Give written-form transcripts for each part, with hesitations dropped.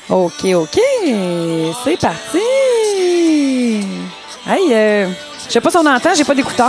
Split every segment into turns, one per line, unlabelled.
OK. C'est parti. Hey, je sais pas si on entend, j'ai pas d'écouteurs.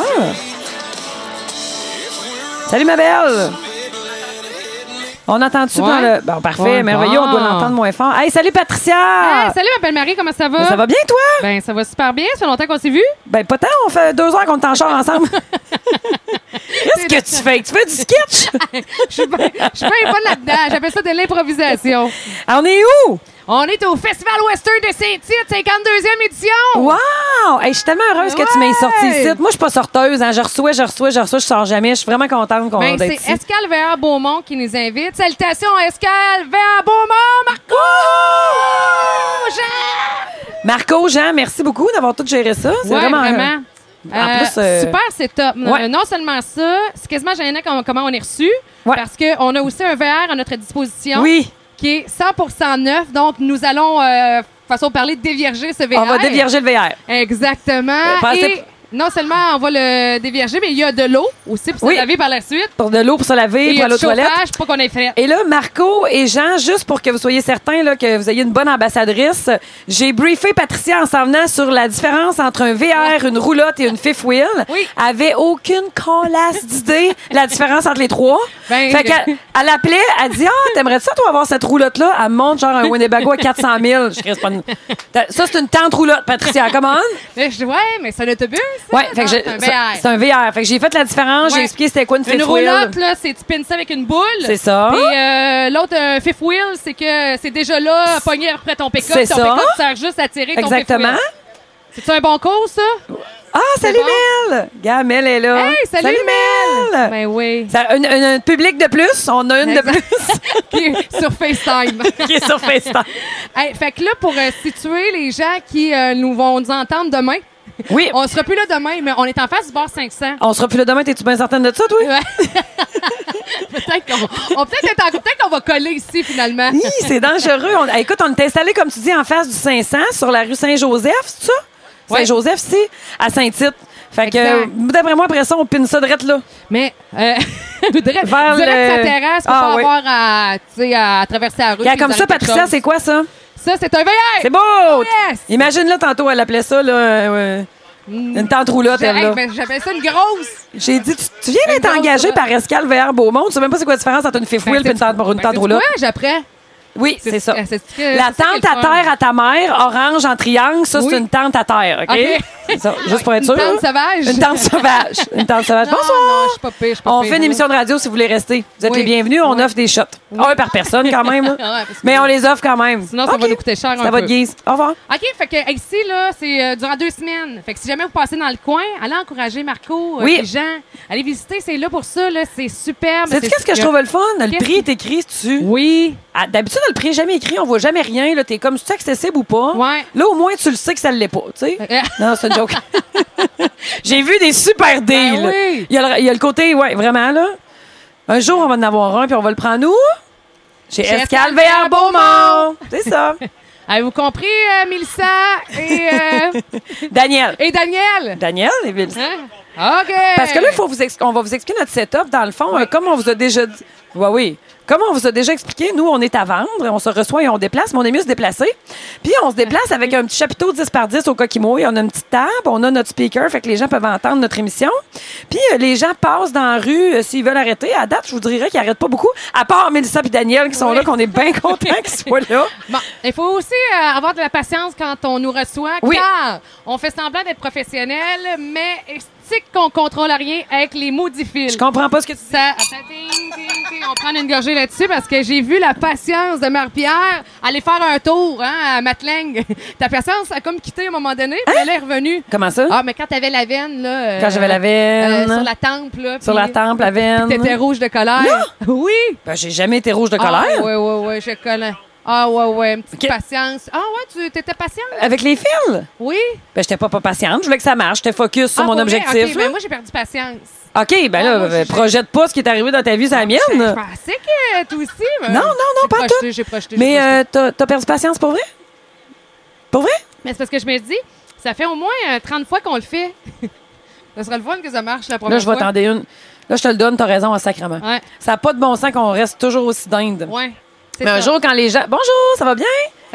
Salut, ma belle. On entend-tu dans le... Bon, parfait,
Ouais,
merveilleux, on doit l'entendre moins fort. Hey, salut, Patricia.
Hey, salut, ma belle Marie, comment ça va?
Ça va bien, toi?
Ben, ça va super bien. Ça fait longtemps qu'on s'est vus.
Ben, pas tant, on fait 2 heures qu'on est en char ensemble. Qu'est-ce que tu fais? Tu fais du sketch?
Je suis bien bonne là-dedans. J'appelle ça de l'improvisation.
On est où?
On est au Festival Western de Saint-Tite, 52e édition.
Wow! Hey, je suis tellement heureuse que tu m'aies sorti ici. Moi, je suis pas sorteuse. Hein. Je reçois, je sors jamais. Je suis vraiment contente qu'on
Ben,
ait
c'est
ici.
Escale VR Beaumont qui nous invite. Salutations à Escale VR Beaumont, Marco! Jean!
Marco, Jean, merci beaucoup d'avoir tout géré ça. C'est
Ouais,
vraiment...
En plus, super setup.
Ouais.
Non seulement ça, c'est quasiment gênant comment on est reçu.
Ouais.
Parce qu'on a aussi un VR à notre disposition.
Oui.
Qui est 100% neuf. Donc, nous allons, façon de parler, dévierger ce VR.
On va dévierger le VR.
Exactement.
Pensez-
Et non seulement on va le dévierger, mais il y a de l'eau aussi pour se
Oui.
laver par la suite.
Pour de l'eau, pour se laver,
Et il y
pour
a
aller aux
du
toilettes.
chauffage pour qu'on ait fait.
Et là, Marco et Jean, juste pour que vous soyez certains là, que vous ayez une bonne ambassadrice, j'ai briefé Patricia en s'en venant sur la différence entre un VR, une roulotte et une fifth wheel.
Oui.
Elle avait aucune colasse d'idée la différence entre les trois.
Ben,
fait qu'elle elle appelait, elle dit « Ah, t'aimerais ça, toi, avoir cette roulotte-là? » Elle me montre genre un Winnebago à 400 000. Je crie, c'est pas une... Ça, c'est une tente roulotte, Patricia. Commande?
Mais je dis, ouais, mais c'est un autobus. Ça?
Ouais, fait que
Non, c'est un VR.
c'est un VR. Fait que j'ai fait la différence, j'ai
Ouais.
expliqué c'était quoi une
Une
fifth wheel.
roulotte, là, c'est tu pines ça avec une boule.
C'est ça.
Puis l'autre, un fifth wheel, c'est que c'est déjà là, pogné après ton pick-up.
C'est
Ton
ça.
pick-up sert juste à tirer ton fifth
Exactement.
wheel. C'est-tu un bon cours, ça?
Ah, salut
bon?
Mel! Gars, Mel est là.
Hey, salut Mel! Ben oui.
Ça, un public de plus, on a une
Exact.
de plus
Qui est sur FaceTime.
qui est sur FaceTime.
Hey, fait que là, pour situer les gens qui vont nous entendre demain,
Oui,
on sera plus là demain, mais on est en face du bar 500.
on sera plus là demain, t'es-tu bien certaine de ça, toi?
Ouais. Peut-être qu'on va coller ici, finalement.
Hi, c'est dangereux. Écoute, on est installé, comme tu dis, en face du 500, sur la rue Saint-Joseph, c'est ça?
Ouais.
Saint-Joseph, ici, à Saint-Tite. Fait que,
Exact.
d'après moi, après ça, on pine ça direct là.
Mais, direct
Vers
sa
le-
terrasse pour
Ah,
pas
oui.
avoir à traverser la rue.
Regarde,
puis
comme
vous
ça,
avez quelque
Patricia,
chose.
c'est quoi ça?
Ça, c'est un VR!
C'est beau!
Yes!
Imagine là, tantôt, elle appelait ça, là, une tente roulotte, elle, là.
Ben, j'appelle ça une grosse.
J'ai dit, tu viens d'être
Une grosse
engagé
roulotte.
par Escale VR Beaumont. Tu sais même pas c'est quoi la différence entre une fifth wheel et une tente roulotte.
Ouais, j'apprends.
Oui, c'est ça.
C'est
La tente à terre à ta mère, orange en triangle, ça,
Oui.
c'est une tente à terre, OK?
OK.
C'est ça, juste pour être sûr.
Une tente sauvage.
Une tente sauvage. Une tente sauvage.
Non,
Bonsoir.
non, je suis pas pire, je suis pas
On
pire,
fait une
moi.
émission de radio si vous voulez rester. Vous êtes
Oui.
les bienvenus. On
Oui.
offre des shots. Un par personne, quand même. là.
Ouais, parce que-
Mais on les offre quand même.
Sinon, ça
OK.
va nous coûter cher un
Ça va de
peu.
guise. Au revoir.
OK, fait que ici, là, c'est durant 2 semaines. Fait que si jamais vous passez dans le coin, allez encourager Marco,
Oui.
les gens. Allez visiter, c'est là pour ça, là. C'est superbe.
Sais-tu qu'est-ce que je trouve le fun? Le
Qu'est-ce
prix
que-
est écrit dessus.
Oui.
Ah, d'habitude, le prix est jamais écrit. On voit jamais rien. Là, t'es comme, c'est accessible ou pas?
Ouais.
Là, au moins, tu le sais que ça ne l'est pas. Tu sais?
Euh,
Non, c'est une joke. J'ai vu des super deals.
Ben oui.
Il y a le côté, ouais, vraiment, là. Un jour, on va en avoir un, puis on va le prendre où? Chez
Chez
Escale
Escale
VR Beaumont. C'est ça.
Avez-vous compris, Mélissa et
Daniel.
Daniel?
Daniel et Bill.
Hein? OK.
Parce que là, on va vous expliquer notre setup. Dans le fond, comme on vous a déjà dit. Oui. Comme on vous a déjà expliqué, nous, on est à vendre. On se reçoit et on déplace, mais on est mieux se déplacer. Puis, on se déplace avec un petit chapiteau 10 par 10 au Coquimau. On a une petite table, on a notre speaker, fait que les gens peuvent entendre notre émission. Puis, les gens passent dans la rue s'ils veulent arrêter. À date, je vous dirais qu'ils n'arrêtent pas beaucoup, à part Mélissa et Daniel qui sont
Oui.
là, qu'on est bien contents qu'ils soient là.
Bon, il faut aussi avoir de la patience quand on nous reçoit,
Oui.
car on fait semblant d'être professionnel, mais c'est qu'on contrôle rien avec les maudits fils.
Je comprends pas ce que tu dis.
Ça, attends, ting, ting, ting, on prend une gorgée là-dessus parce que j'ai vu la patience de Marie-Pierre aller faire un tour à Matling. Ta patience a comme quitté à un moment donné, puis elle est revenue.
Comment ça?
Ah, mais quand t'avais la veine, là.
Quand j'avais la veine.
sur la tempe, là.
Sur la tempe, la veine.
T'étais rouge de colère.
Là?
Oui.
Ben, j'ai jamais été rouge de colère.
Ah, ouais, je connais. Ah, ouais, une petite
OK.
patience. Ah, ouais, tu t'étais patiente?
Avec les fils?
Oui.
Ben, j'étais pas patiente. Je voulais que ça marche. J'étais focus sur
Ah,
mon
pour vrai?
objectif.
OK,
là.
ben moi, j'ai perdu patience.
OK, ben là,
moi, j'ai-
projette pas ce qui est arrivé dans ta vie, c'est la mienne.
Je pensais que toi aussi. mais
Non,
j'ai
pas en
projeté, J'ai projeté.
Mais t'as perdu patience pour vrai? Pour vrai?
Mais c'est parce que je me dis, ça fait au moins 30 fois qu'on le fait. Ça serait le fun que ça marche la première
Là, je vais
fois.
t'en donner une. Là, je te le donne, t'as raison, sacrément.
Ouais.
Ça n'a pas de bon sens qu'on reste toujours aussi dinde.
Ouais. C'est
Mais un
ça.
jour, quand les gens. Bonjour, ça va bien?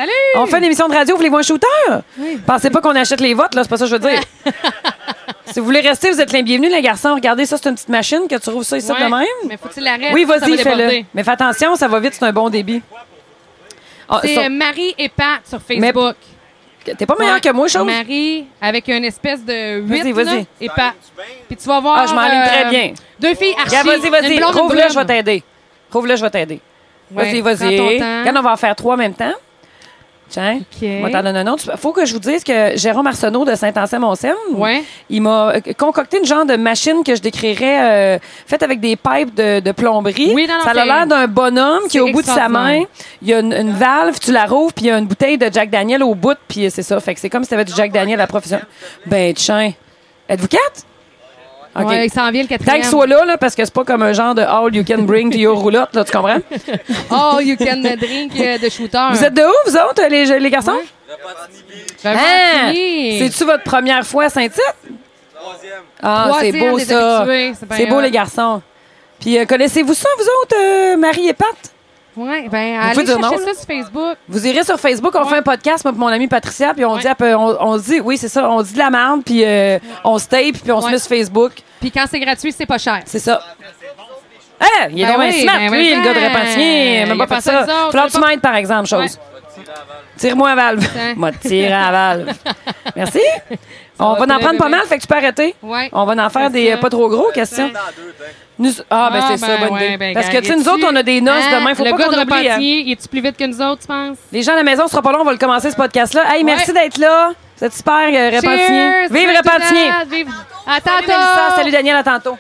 Salut!
On fait une émission de radio, voulez-vous un shooter?
Oui.
Pensez pas qu'on achète les votes, là, c'est pas ça que je veux dire. Si vous voulez rester, vous êtes les bienvenus, les garçons. Regardez, ça, c'est une petite machine que tu trouves ça ici
Ouais,
de même.
Mais faut-il l'arrêter?
Oui,
Ça
vas-y,
va
fais-le.
déborder.
Mais fais attention, ça va vite, c'est un bon débit. Ah,
C'est Marie et Pat sur Facebook.
T'es pas meilleur
Ouais.
que moi, chose?
Marie, avec une espèce de 8,
Vas-y.
là, et Pat. Puis tu vas voir...
Ah, je m'enligne très bien.
2 filles archi.
Regarde, vas-y,
une
vas-y.
blonde, une
Rouvre-le, je vais
brune.
t'aider. Rouvre-le, je vais t'aider.
Ouais,
Vas-y.
prends ton temps.
Regarde, on va en faire 3 en même temps. Tiens,
OK.
moi, t'en donne un autre. Faut que je vous dise que Jérôme Arsenault de Saint-Anselme-Montagne,
Ouais.
il m'a concocté une genre de machine que je décrirais faite avec des pipes de plomberie.
Oui, non,
ça a
c'est-
l'air d'un bonhomme qui est
c'est
au bout de sa main.
extraordinaire.
Il y a une valve, tu la rouvres, puis il y a une bouteille de Jack Daniel au bout, puis c'est ça. Fait que c'est comme si t'avais du Jack Daniel à la profession. Ben, tiens. Êtes-vous 4? OK.
Ouais, il s'en vient le
Tant
quatrième.
qu'il soit là, parce que c'est pas comme un genre de all you can bring to your roulotte, là, tu comprends?
Oh, you can drink de shooter.
Vous êtes de où, vous autres, les garçons?
Ouais.
Hein?
Repentigny.
C'est-tu votre première fois à Saint-Tite? Ah, c'est
Troisième
beau,
des
ça.
habitués, c'est bien
C'est beau,
hot.
les garçons. Puis, connaissez-vous ça, vous autres, Marie et Pat?
Ouais, ben,
Vous
allez
pouvez dire
chercher
non,
ça sur Facebook.
Vous irez sur Facebook, on fait un podcast, moi et mon amie Patricia, puis on dit, on dit, oui, c'est ça, on dit de la merde, puis on se tape, puis on se
Ouais.
met sur Facebook.
Puis quand c'est gratuit, c'est pas cher.
C'est ça. Hein? Il est
Ben
donc
oui,
smart,
ben
lui,
oui,
le gars de
ben,
Repentigny.
il
Même
a
pas
pas
fait
ça,
ça.
nous autres,
Faut que tu
on est
m'aides, par exemple, chose. Tire-moi à valve.
Tiens.
Moi, tire à valve. Merci. On va
va
en prendre pas
bébé.
mal, fait que tu peux arrêter.
Ouais.
On va en faire
C'est
des
ça.
pas trop gros questions. Ben c'est ça, bonne
ouais,
idée.
ben,
Parce que,
gars,
tu sais, nous autres, on a des noces demain, faut
le
pas
gars
qu'on
de
oublie. Hein.
Repentigny, il est-tu plus vite que nous autres, tu penses?
Les gens à la maison, ce sera pas long, on va le commencer, ce podcast-là. Hey, merci
Ouais.
d'être là. Vous êtes super, Repentigny.
Cheers!
Vive
Vive
Repentigny.
tout le monde, vive- À
Salut, Mélissa.
tantôt!
Salut, Daniel, à tantôt.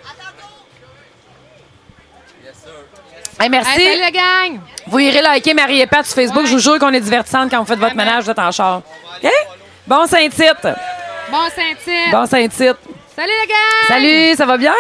Hey, merci.
Hey, salut la gang!
Vous irez liker Marie et Pat sur Facebook.
Ouais.
Je vous jure qu'on est divertissante quand vous faites votre ménage, vous êtes en char. OK? Bon Saint-Tite.
Bon Saint-Tite!
Bon Saint-Tite.
Salut la gang!
Salut, ça va bien?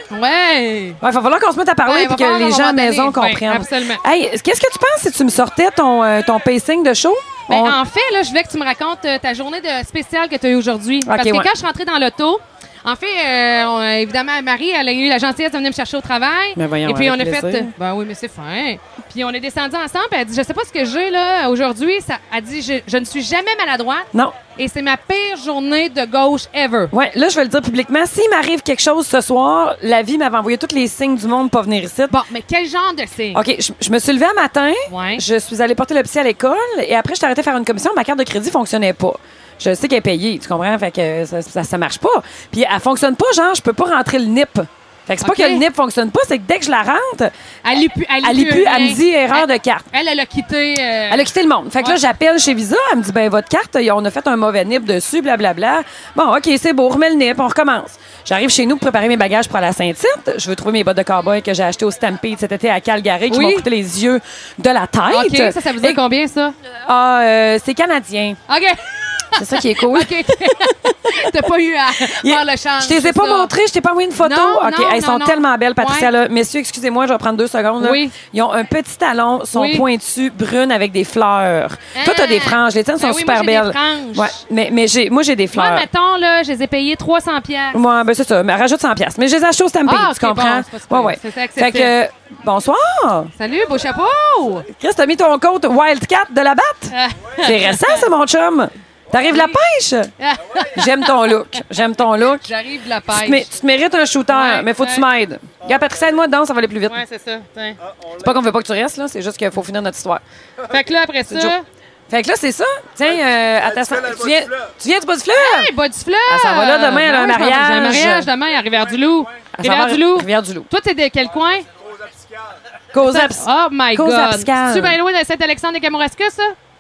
Ouais!
Il va falloir qu'on se mette à parler
Ouais,
et
va
que
falloir
les
à un
gens à la
moment
maison
donné.
comprennent.
Ouais, absolument.
Hey, qu'est-ce que tu penses si tu me sortais ton pacing de show?
Ben,
On-
en fait, là, je voulais que tu me racontes ta journée de spéciale que tu as eue aujourd'hui. Parce que
ouais.
quand je suis rentrée dans l'auto, en fait, évidemment, Marie, elle a eu la gentillesse de venir me chercher au travail.
Ben voyons,
et puis, on a
avec
fait.
plaisir.
Ben oui, mais c'est fin. Puis, on est descendu ensemble. Puis elle dit, je sais pas ce que j'ai, là, aujourd'hui. Elle dit, je ne suis jamais maladroite.
Non.
Et c'est ma pire journée de gauche ever.
Ouais, là, je vais le dire publiquement. S'il m'arrive quelque chose ce soir, la vie m'avait envoyé tous les signes du monde pour venir ici.
Bon, mais quel genre de signe?
OK, je me suis levée un matin.
Ouais.
Je suis allée porter le petit à l'école. Et après, je suis arrêtée faire une commission. Ma carte de crédit fonctionnait pas. Je sais qu'elle est payée, tu comprends? Fait que ça marche pas. Puis elle fonctionne pas, genre, je peux pas rentrer le NIP. Fait que c'est
OK.
pas que le NIP fonctionne pas, c'est que dès que je la rentre,
Elle lit plus.
elle me dit erreur de carte.
Elle a quitté.
Elle a quitté le monde. Fait que là,
Ouais.
j'appelle chez Visa. Elle me dit, ben votre carte, on a fait un mauvais NIP dessus, blablabla. Bon, OK, c'est beau, on remet le NIP, on recommence. J'arrive chez nous pour préparer mes bagages pour aller à Saint-Tite. Je veux trouver mes bottes de cowboy que j'ai achetées au Stampede cet été à Calgary, qui
Oui.
m'ont coûté les yeux de la tête.
OK, ça vous dit
Et-
combien, ça?
c'est canadien.
OK.
C'est ça qui est cool.
OK. T'as pas eu à faire le change.
Je te les ai pas montrées, je t'ai pas envoyé une photo.
Non,
OK,
non,
elles sont
non.
tellement belles, Patricia.
Ouais.
Là. Messieurs, excusez-moi, je vais prendre 2 secondes. Là.
Oui.
Ils ont un petit talon, sont
Oui.
pointus, brunes avec des fleurs. Toi, t'as des franges. Les tiennes
Ben
sont
oui,
super
moi, j'ai des
belles.
franges.
Ouais, mais moi, j'ai des fleurs.
Moi, mettons, là, je les ai payés 300 piastres.
Moi, ben c'est ça. Mais rajoute 100 pièces. Mais je les ai achetées au Stampede,
Ah,
tu
ok,
comprends?
bon, c'est pas super.
ouais.
C'est
Fait
accessible.
que, bonsoir.
Salut, beau chapeau!
Chris, t'as mis ton coat Wildcat de la batte? C'est récent, ça, mon chum. T'arrives de la pêche? J'aime ton look. J'aime ton look.
J'arrive de la
Tu te,
pêche.
tu te mérites un shooter,
Ouais,
mais faut que tu
ouais.
m'aides. Regarde, Patricia, aide-moi dedans, ça va aller plus vite.
Ouais, c'est ça. Tiens.
C'est pas qu'on veut pas que tu restes, là. C'est juste qu'il faut finir notre histoire.
Fait que là, après ça.
Joe. Fait que là, c'est ça. Tiens, à ta tu viens du bas du fleuve?
Hey, bas du fleuve!
Elle s'en va là demain, elle a un
Ouais, je pense que j'ai un
mariage.
mariage demain à Rivière-du-Loup.
Elle s'en va à
Rivière-du-Loup.
Rivière-du-Loup.
Toi, t'es de quel coin?
Cause abs-
Oh my
Cause
God.
abscale.
Tu bien loin de Saint-Alexandre-des-Kamouraska, ça?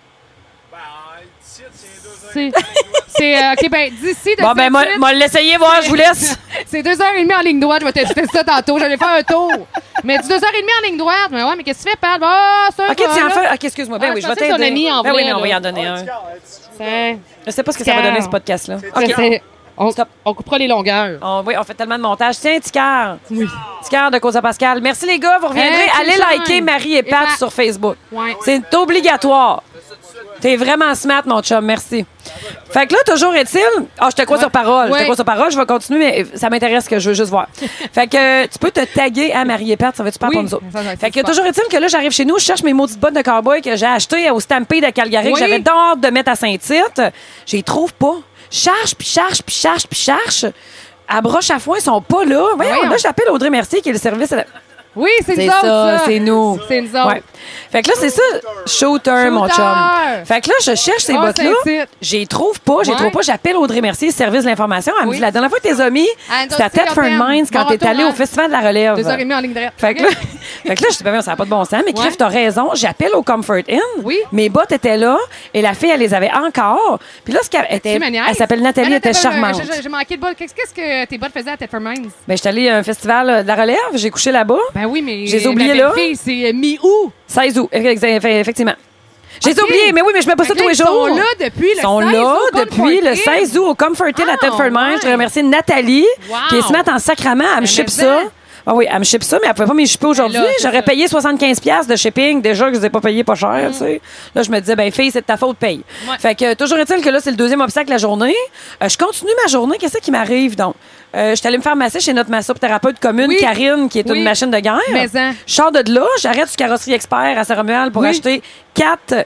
OK, ben d'ici de
Bon, ben,
Saint-Tite,
moi, l'essayer, voir, je vous laisse.
c'est 2h30 en ligne droite. Je vais tester ça tantôt. J'allais faire un tour. Mais dis 2h30 en ligne droite. Mais ouais, mais qu'est-ce que tu fais, Pat? Ah, ça,
OK, tu en
là.
fais. OK, excuse-moi. Ben
Ah,
oui,
je
je vais
pensais que
t'aider.
ton ami en
Ben oui,
vrai,
mais on va y
là.
en donner un.
C'est-
Je sais pas ce que ça va donner, ce podcast-là. OK.
On coupera les longueurs.
Oui, on fait tellement de montage. Tiens, Ticard.
Oui.
Ticard de Cosa Pascal. Merci, les gars. Vous reviendrez.
Hey,
Allez
c'est
liker
le
Marie et Pat
Pat.
sur Facebook.
Ouais.
C'est obligatoire. T'es vraiment smart, mon chum. Merci. Fait que là, toujours est-il... Ah, je te crois sur parole. Je te crois sur parole. Je vais continuer, mais ça m'intéresse que je veux juste voir. Fait que tu peux te taguer à Marie-Pat. Ça va être super pour nous autres. Fait que toujours est-il que là, j'arrive chez nous, je cherche mes maudites bottes de cowboy que j'ai achetées au Stampede de Calgary, que j'avais hâte de mettre à Saint-Tite. Je les trouve pas. Je cherche. À broche à foin, ils sont pas là. Voyons, là, j'appelle Audrey Mercier, qui est le service...
Oui, c'est nous autres, ça.
C'est nous.
C'est nous autres.
Ouais. Fait que là, c'est ça. Shooter, mon chum. Fait que là, je cherche ces bottes-là. Je les trouve pas. J'appelle Audrey Mercier, service de l'information. Elle me dit, la dernière fois que t'es amis, c'était à Thetford Mines quand t'es allé au Festival de la Relève.
2h30 en ligne droite.
Fait que là, je dis, ben, ça n'a pas de bon sens. Mais Criff, t'as raison. J'appelle au Comfort Inn.
Oui.
Mes bottes étaient là et la fille, elle les avait encore. Puis là, elle s'appelle Nathalie, elle était charmante.
J'ai manqué de bottes. Qu'est-ce que tes bottes faisaient à Thetford Mines?
Ben, j'étais allée à un festival de la Relève. J'ai couché là-bas.
Ben oui, mais.
J'ai oublié là.
C'est mi-août.
16 août, effectivement. J'ai oublié, mais oui, mais je mets pas ça tous les jours.
Ils sont là depuis le 16 août.
Ils sont là depuis le 16 août au Comfort Inn à Thetford Mines. Je voudrais remercier Nathalie qui est se mettre en sacrament. Elle me ship ça. Ah oui, elle me ship ça, mais elle pouvait pas me shipper aujourd'hui. J'aurais payé 75$ de shipping. Déjà que je les ai pas payés pas cher, tu sais. Là, je me disais, ben fille, c'est de ta faute, paye. Fait que toujours est-il que là, c'est le deuxième obstacle de la journée. Je continue ma journée. Qu'est-ce qui m'arrive, donc? Je suis allée me faire masser chez notre massothérapeute commune, Karine, qui est une machine de guerre. Je sors de là, j'arrête du Carrosserie Expert à Saint-Romuald pour acheter 4...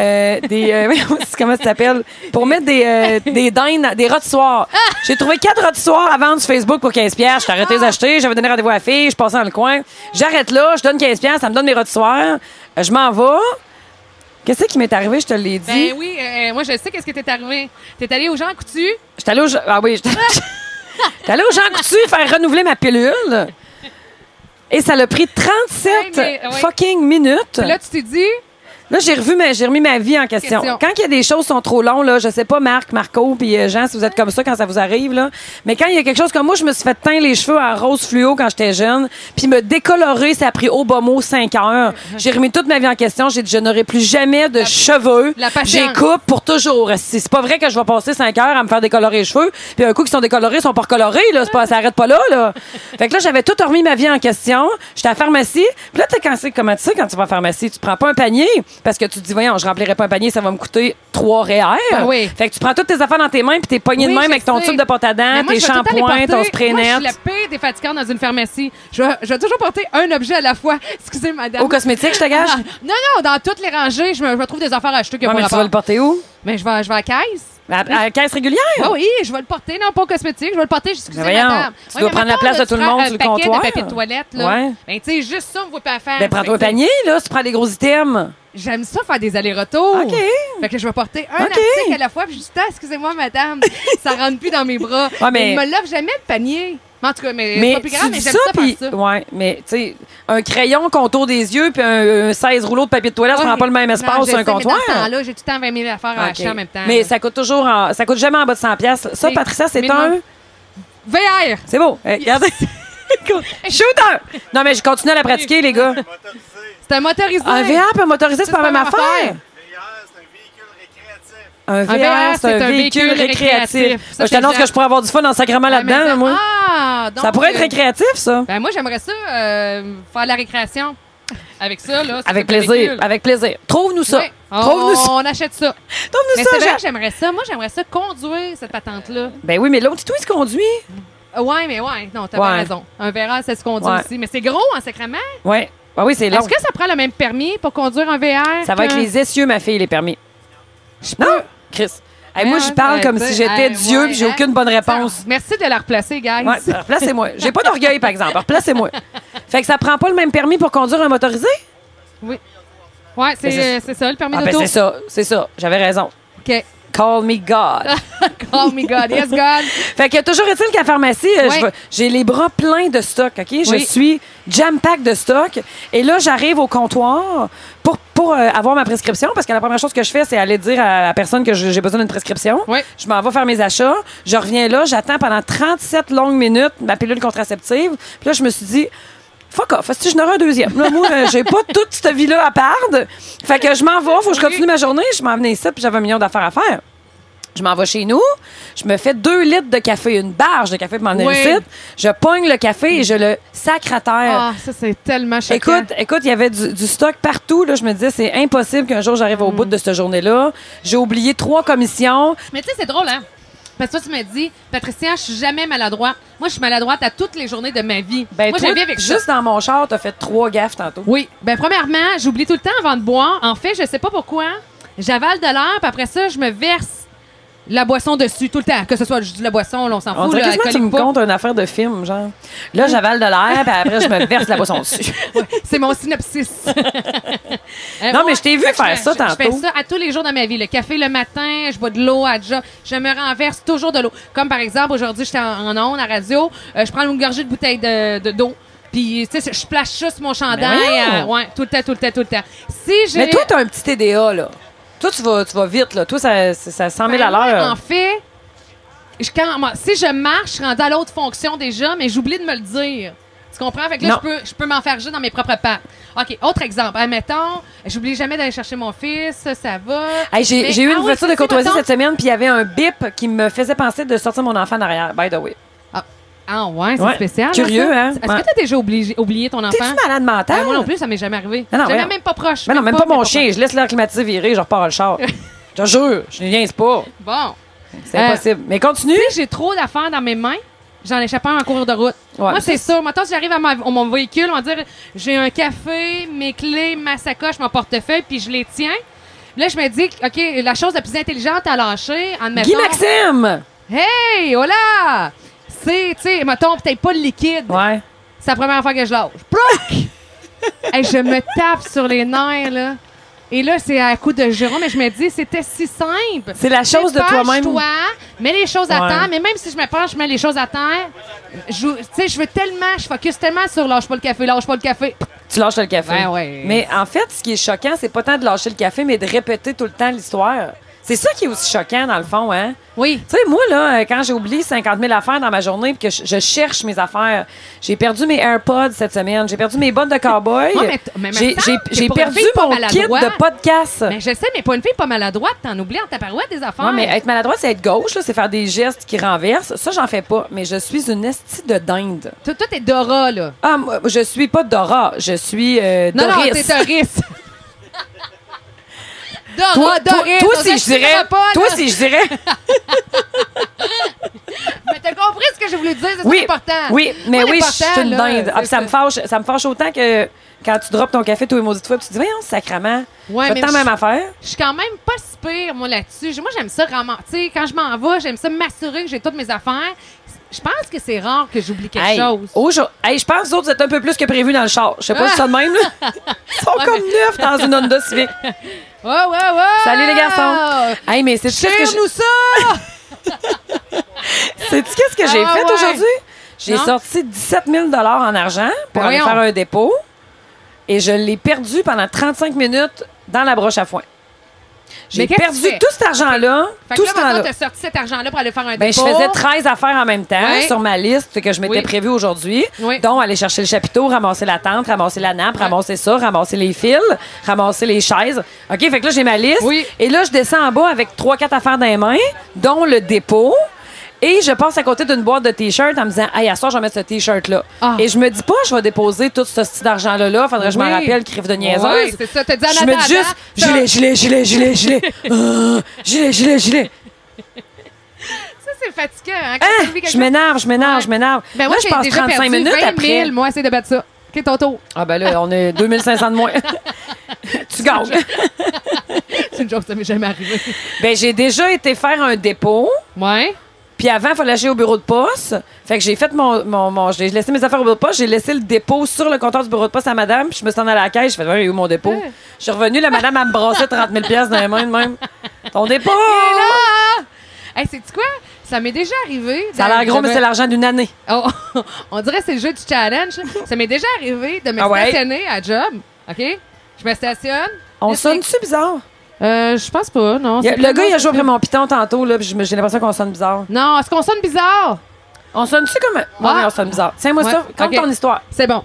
comment ça s'appelle? Pour mettre des dindes, des rôtissoirs. J'ai trouvé 4 rôtissoirs à vendre sur Facebook pour 15$. Je t'ai arrêté de les acheter. J'avais donné rendez-vous à la fille. Je passais dans le coin. J'arrête là. Je donne 15$. Ça me donne mes rôtissoirs. Je m'en vais. Qu'est-ce qui m'est arrivé? Je te l'ai dit.
Ben oui. Moi, je sais qu'est-ce qui t'est arrivé. T'es allé au Jean Coutu.
J'étais allé au... Ah oui. J'étais allé au Jean Coutu faire renouveler ma pilule. Et ça l'a pris 37 fucking minutes.
Puis là, tu t'es dit...
Là, j'ai remis ma vie en question. Quand il y a des choses qui sont trop longues, là, je sais pas, Marc, Marco, puis Jean, si vous êtes comme ça quand ça vous arrive, là. Mais quand il y a quelque chose comme moi, je me suis fait teindre les cheveux en rose fluo quand j'étais jeune, puis me décolorer, ça a pris au bas mot 5 heures. J'ai remis toute ma vie en question. J'ai dit, je n'aurai plus jamais de cheveux. J'ai coupe pour toujours. C'est pas vrai que je vais passer 5 heures à me faire décolorer les cheveux, puis un coup qui sont décolorés, ils sont pas recolorés, là. Ça arrête pas là, là. Fait que là, j'avais tout remis ma vie en question. J'étais à la pharmacie. Puis là, comment tu sais quand tu vas à la pharmacie? Tu prends pas un panier. Parce que tu te dis, voyons, je remplirai pas un panier, ça va me coûter 3 REER.
Oui.
Fait que tu prends toutes tes affaires dans tes mains puis t'es pogné de même avec ton tube de pâte à dents, tes shampoings, ton spray net.
Moi, je suis la pire des fatigants dans une pharmacie. Je vais toujours porter un objet à la fois. Excusez, madame.
Au cosmétique, je te gâche?
Non, dans toutes les rangées, je me trouve des affaires à acheter qui n'ont pas
mais tu vas le porter où?
Mais je vais à la caisse.
À la caisse régulière?
Oui, je vais le porter. Non, pas au cosmétique. Je vais le porter, excusez,
madame. Tu dois prendre la place de tout le monde sur le comptoir.
Un paquet de papier de toilette, là.
Ouais.
Ben, tu sais, juste ça, on ne voit pas faire.
Ben, prends-toi un panier, là, si tu prends des gros items.
J'aime ça faire des allers-retours.
OK.
Fait que je vais porter un article à la fois, puis juste, excusez-moi, madame, ça rentre plus dans mes bras.
Ouais, mais...
Il me lave jamais le panier. En tout cas, mais c'est pas plus grave, mais j'aime ça faire ça.
Ouais, mais tu sais, un crayon contour des yeux puis un 16 rouleaux de papier de toilette, ça prend pas le même espace sur un comptoir.
Mais dans ce temps-là, j'ai tout le temps 20 000 affaires à acheter en même temps.
Mais ça coûte ça coûte jamais en bas de 100$. Ça, Patricia, c'est un...
VR.
C'est beau. Regardez. Shooter! Non, mais je continue à la pratiquer, les gars.
C'est un motorisé.
Un VR puis un motorisé, c'est pas la même affaire. Un VR, c'est un véhicule récréatif. Je t'annonce que je pourrais avoir du fun en sacrement là-dedans, moi.
Donc,
ça pourrait être récréatif, ça.
Ben moi, j'aimerais ça faire de la récréation. Avec ça, là.
Avec plaisir. Avec plaisir. Trouve-nous ça.
Oui.
Trouve-nous ça.
On achète ça.
Trouve-nous ça.
C'est vrai que j'aimerais ça. Moi, j'aimerais ça conduire cette patente-là.
Ben oui, mais l'autre, tout, il se conduit.
Ouais. Non, t'as bien raison. Un VR, ça se conduit aussi. Mais c'est gros en sacrament.
Ouais. Oui, c'est long.
Est-ce que ça prend le même permis pour conduire un VR?
Ça va avec les essieux, ma fille, les permis. Non, Chris. Moi, je parle comme si j'étais Dieu puis j'ai aucune bonne réponse.
Merci de la replacer, guys.
Ouais, replacez-moi. J'ai pas d'orgueil, par exemple. Replacez-moi. Fait que ça prend pas le même permis pour conduire un motorisé?
Oui. Ouais, c'est ça, le permis d'auto.
Ben c'est ça. J'avais raison.
OK.
Call me God.
Call me God. Yes, God.
Fait que toujours est-il qu'à la pharmacie, j'ai les bras pleins de stock, OK? Je suis jam-pack de stock. Et là, j'arrive au comptoir pour avoir ma prescription, parce que la première chose que je fais, c'est aller dire à la personne que j'ai besoin d'une prescription.
Oui.
Je m'en vais faire mes achats. Je reviens là, j'attends pendant 37 longues minutes ma pilule contraceptive. Puis là, je me suis dit... Fuck off, si je n'aurai un deuxième. Là, moi, j'ai pas toute cette vie-là à perdre. Fait que je m'en vais, faut que je continue ma journée. Je m'en venais ici, puis j'avais 1 million d'affaires à faire. Je m'en vais chez nous, je me fais 2 litres de café, une barge de café pour m'en aller ici. Je pogne le café et je le sacre à terre.
Ah, ça, c'est tellement choquant.
Écoute, il y avait du stock partout. Là. Je me disais, c'est impossible qu'un jour j'arrive au bout de cette journée-là. J'ai oublié 3 commissions.
Mais tu sais, c'est drôle, hein? Parce que toi, tu m'as dit, Patricia, je suis jamais maladroite. Moi, je suis maladroite à toutes les journées de ma vie.
Ben,
moi,
toi,
j'ai vu avec
juste
ça.
dans mon char, t'as fait 3 gaffes tantôt.
Oui. Ben, premièrement, j'oublie tout le temps avant de boire. En fait, je sais pas pourquoi. J'avale de l'air, puis après ça, je me verse la boisson dessus tout le temps. Que ce soit de la boisson, là, on s'en fout.
On dirait
là,
quasiment que tu me
alcoolique
comptes une affaire de film, genre. Là, j'avale de l'air, puis après, je me verse la boisson dessus.
pas. C'est mon synopsis.
Non, mais je t'ai vu
fait que
faire ça
je fais
tantôt.
ça à tous les jours de ma vie. Le café le matin, je bois de l'eau à job. Je me renverse toujours de l'eau. Comme par exemple, aujourd'hui, j'étais en ondes, à radio. Je prends une gorgée de bouteille d'eau. Puis, tu sais, je place juste mon chandail. Ouais, tout le temps. Si j'ai...
Mais toi, t'as un petit TDA, là. Toi, tu vas vite, là. Toi, ça 100 000 à l'heure.
En fait, si je marche, je suis rendue à l'autre fonction déjà, mais j'oublie de me le dire. Tu comprends? Fait que là, je peux m'enfarger dans mes propres pattes. OK, autre exemple. Admettons, j'oublie jamais d'aller chercher mon fils, ça va.
Hey, j'ai eu une voiture de courtoisie
mettons...
cette semaine, puis il y avait un bip qui me faisait penser de sortir mon enfant en arrière, by the way.
Ah ouais, c'est
Ouais.
spécial.
Curieux,
là,
hein?
Est-ce que t'as déjà oublié ton enfant?
T'es-tu malade mentale?
Moi non plus, ça m'est jamais arrivé.
Non,
Jamais
voyons.
même pas proche.
Mais non, même pas mon chien. Je laisse l'air climatisé virer, je repars le char. Je te jure, je n'y viens pas.
Bon.
C'est impossible. Mais continue.
Si j'ai trop d'affaires dans mes mains, j'en échappe un en cours de route.
Ouais,
Moi, c'est ça. Maintenant, si j'arrive à mon véhicule, on va dire j'ai un café, mes clés, ma sacoche, mon portefeuille, puis je les tiens. Là, je me dis, OK, la chose la plus intelligente à lâcher, admettons...
Guy Maxime!
Hey, hola! C'est, tu sais, mettons, peut-être pas le liquide.
Ouais.
C'est la première fois que je lâche. Proc! Hey, je me tape sur les nerfs, là. Et là, c'est à coup de Jérôme, mais je me dis, c'était si simple.
C'est la chose de toi-même.
Penche-toi, mets les choses à
Ouais.
terre, mais même si je me penche, je mets les choses à terre. Tu sais, je veux tellement, je focus tellement sur lâche pas le café.
Tu lâches le café.
Ouais.
Mais en fait, ce qui est choquant, c'est pas tant de lâcher le café, mais de répéter tout le temps l'histoire. C'est ça qui est aussi choquant, dans le fond, hein?
Oui.
Tu sais, moi, là, quand j'ai oublié 50 000 affaires dans ma journée puis que je cherche mes affaires, j'ai perdu mes AirPods cette semaine, j'ai perdu mes bottes de cowboy,
Ouais, mais
j'ai
j'ai
perdu mon kit de podcast.
Mais je sais, mais pas une fille pas maladroite, t'en oublies en tabarouette des affaires.
Ouais, mais être maladroit, c'est être gauche, là, c'est faire des gestes qui renversent. Ça, j'en fais pas. Mais je suis une estie de dinde.
Toi, t'es Dora, là.
Ah, moi, je suis pas Dora, je suis
Non,
Doris.
t'es Doris.
Toi,
Doris.
toi
on
si je dirais,
s'excusera pas,
toi
là.
si je dirais,
Mais t'as compris ce que je voulais dire, c'est
oui,
important.
oui, mais
Moi,
oui, je
l'important,
suis une
là,
dinde. Ah, puis
c'est
ça me fâche autant que quand tu drops ton café tous les maudites fois, puis tu te dis, voyons, sacrement,
Ouais,
fais
mais
tant même affaire.
Je suis quand même pas si pire, moi, là-dessus. Moi, j'aime ça vraiment. Tu sais, quand je m'en vais, j'aime ça m'assurer que j'ai toutes mes affaires. Je pense que c'est rare que j'oublie quelque chose.
Hey, je pense que vous autres, vous êtes un peu plus que prévu dans le char. Je sais pas si c'est ça de même, là. Ils sont comme neufs dans une Honda Civic.
Ouais.
Salut, les garçons. Hey, mais c'est
Share-nous ça!
Sais-tu qu'est-ce que j'ai
Ah,
fait
ouais.
aujourd'hui? J'ai
Non.
sorti 17 000 en argent pour
Ben
aller
voyons.
faire un dépôt et je l'ai perdu pendant 35 minutes dans la broche à foin. J'ai
Mais qu'est-ce que
perdu
tu fais?
tout cet argent-là,
Fait
tout
que
ce
là, maintenant,
temps-là.
t'as sorti cet argent-là pour aller faire un
Ben, je
dépôt.
faisais 13 affaires en même temps
Ouais.
sur ma liste que je m'étais
Oui.
prévue aujourd'hui,
Oui.
dont aller chercher le chapiteau, ramasser la tente, ramasser la nappe, ramasser ça, ramasser les fils, ramasser les chaises. OK, fait que là, j'ai ma liste.
Oui.
Et là, je descends en bas avec 3-4 affaires dans les mains, dont le dépôt. Et je passe à côté d'une boîte de T-shirts en me disant, hey, à soir, je vais mettre ce T-shirt-là.
Ah.
Et je me dis pas, je vais déposer tout ce style d'argent-là. Faudrait que je m'en
Oui.
rappelle, crif de niaiseuse.
Oui, c'est ça. T'as dit en
Je me
attendant,
dis juste, gilet. Gilet.
Ça, c'est fatigant. Hein, quand
Hein?
t'oublies quelque
Je m'énerve.
Ben,
Là,
moi,
je
j'ai
passe
déjà
35
perdu
minutes
20 000.
après.
Moi, essaye de battre ça. OK, ton tour.
Ah, ben là, on est 2500 de moins. Tu gagnes.
C'est une joke, ça m'est jamais arrivé.
Ben, j'ai déjà été faire un dépôt.
Ouais.
Puis avant, il fallait aller au bureau de poste. Fait que j'ai fait j'ai laissé mes affaires au bureau de poste. J'ai laissé le dépôt sur le comptoir du bureau de poste à madame. Puis je me suis en allée à la caisse. Je fais, où mon dépôt? Je suis revenue, la madame, elle me brassait 30 000 dans les mains de même. Ton dépôt!
Et là! Hey, sais-tu quoi? Ça m'est déjà arrivé.
Ça a l'air gros, mais c'est l'argent d'une année.
Oh, on dirait que c'est le jeu du challenge. Ça m'est déjà arrivé de me
Ah ouais?
stationner à job. OK? Je me stationne.
On
Là,
sonne-tu bizarre?
Je pense pas, non.
Le gars, il a joué après mon piton tantôt, là, puis j'ai l'impression qu'on sonne bizarre.
Non, est-ce qu'on sonne bizarre?
On sonne-tu comme. Ouais,
Ah.
on sonne bizarre. Tiens-moi
Ouais,
ça, compte
ok.
ton histoire.
C'est bon.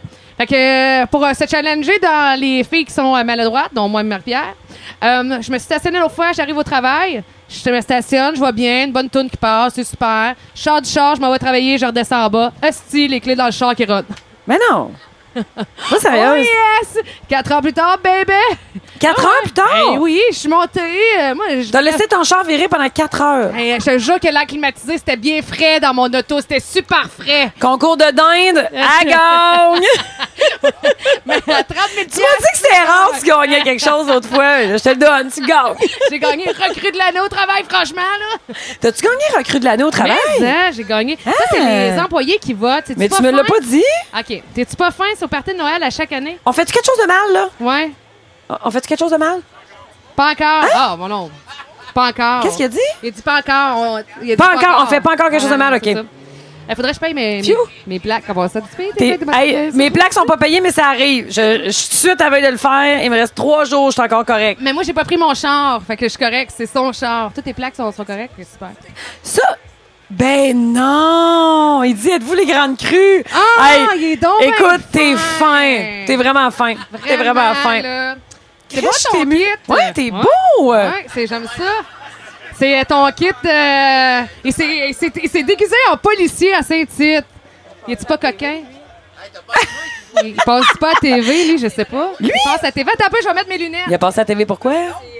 Fait que pour se challenger dans les filles qui sont maladroites, dont moi et Marie-Pierre, je me suis stationnée l'autre fois, j'arrive au travail, je me stationne, je vois bien, une bonne toune qui passe, c'est super. Je sors du char, je m'en vais travailler, je redescends en bas. Esti, les clés dans le char qui rodent.
Mais non! Pas sérieuse?
Oh yes! 4 ans plus tard, baby!
4 heures plus tard?
Hey, oui, je suis montée. Moi,
T'as laissé ton char virer pendant 4 heures.
Hey, je te jure que l'air climatisé, c'était bien frais dans mon auto. C'était super frais.
Concours de dinde, à gagne!
Mais à 30 000
Tu m'as dit que c'était rare si tu gagnais quelque chose l'autre fois. Je te le donne, tu gagnes.
J'ai gagné recrue de l'année au travail, franchement. Là.
T'as-tu gagné recrue de l'année au travail?
Mais, j'ai gagné. Ça, c'est les employés qui votent.
Mais tu me l'as pas dit?
OK. T'es-tu pas fin sur le party de Noël à chaque année?
On fait-tu quelque chose de mal, là?
Ouais.
On fait-tu quelque chose de mal?
Pas encore. Ah, mon nom. Pas encore.
Qu'est-ce qu'il a dit?
Il a dit pas encore. Il a dit
Pas encore. On fait pas encore quelque chose de mal, OK.
Il faudrait que je paye mes plaques. Comment ça? Tu payes tes plaques?
Hey, mes plaques sont pas payées, mais ça arrive. Je suis tout de suite à veille de le faire. Il me reste 3 jours, je suis encore correct.
Mais moi, j'ai pas pris mon char. Fait que je suis correct. C'est son char. Toutes tes plaques sont correctes. C'est super.
Ça... Ben non! Il dit, êtes-vous les grandes crues?
Ah, il est donc
écoute, t'es
fin.
fin. T'es vraiment fin. T'es vraiment fin.
Là. C'est
Chris,
beau ton
t'es
kit.
Ouais, t'es beau!
Ouais, j'aime ça. C'est ton kit. Il s'est déguisé en policier à Saint-Tite. Il est-tu pas coquin? Il passe pas à TV, lui, je sais pas.
Lui?
Il passe à TV. Attends un peu, je vais mettre mes lunettes.
Il a passé à la TV pourquoi?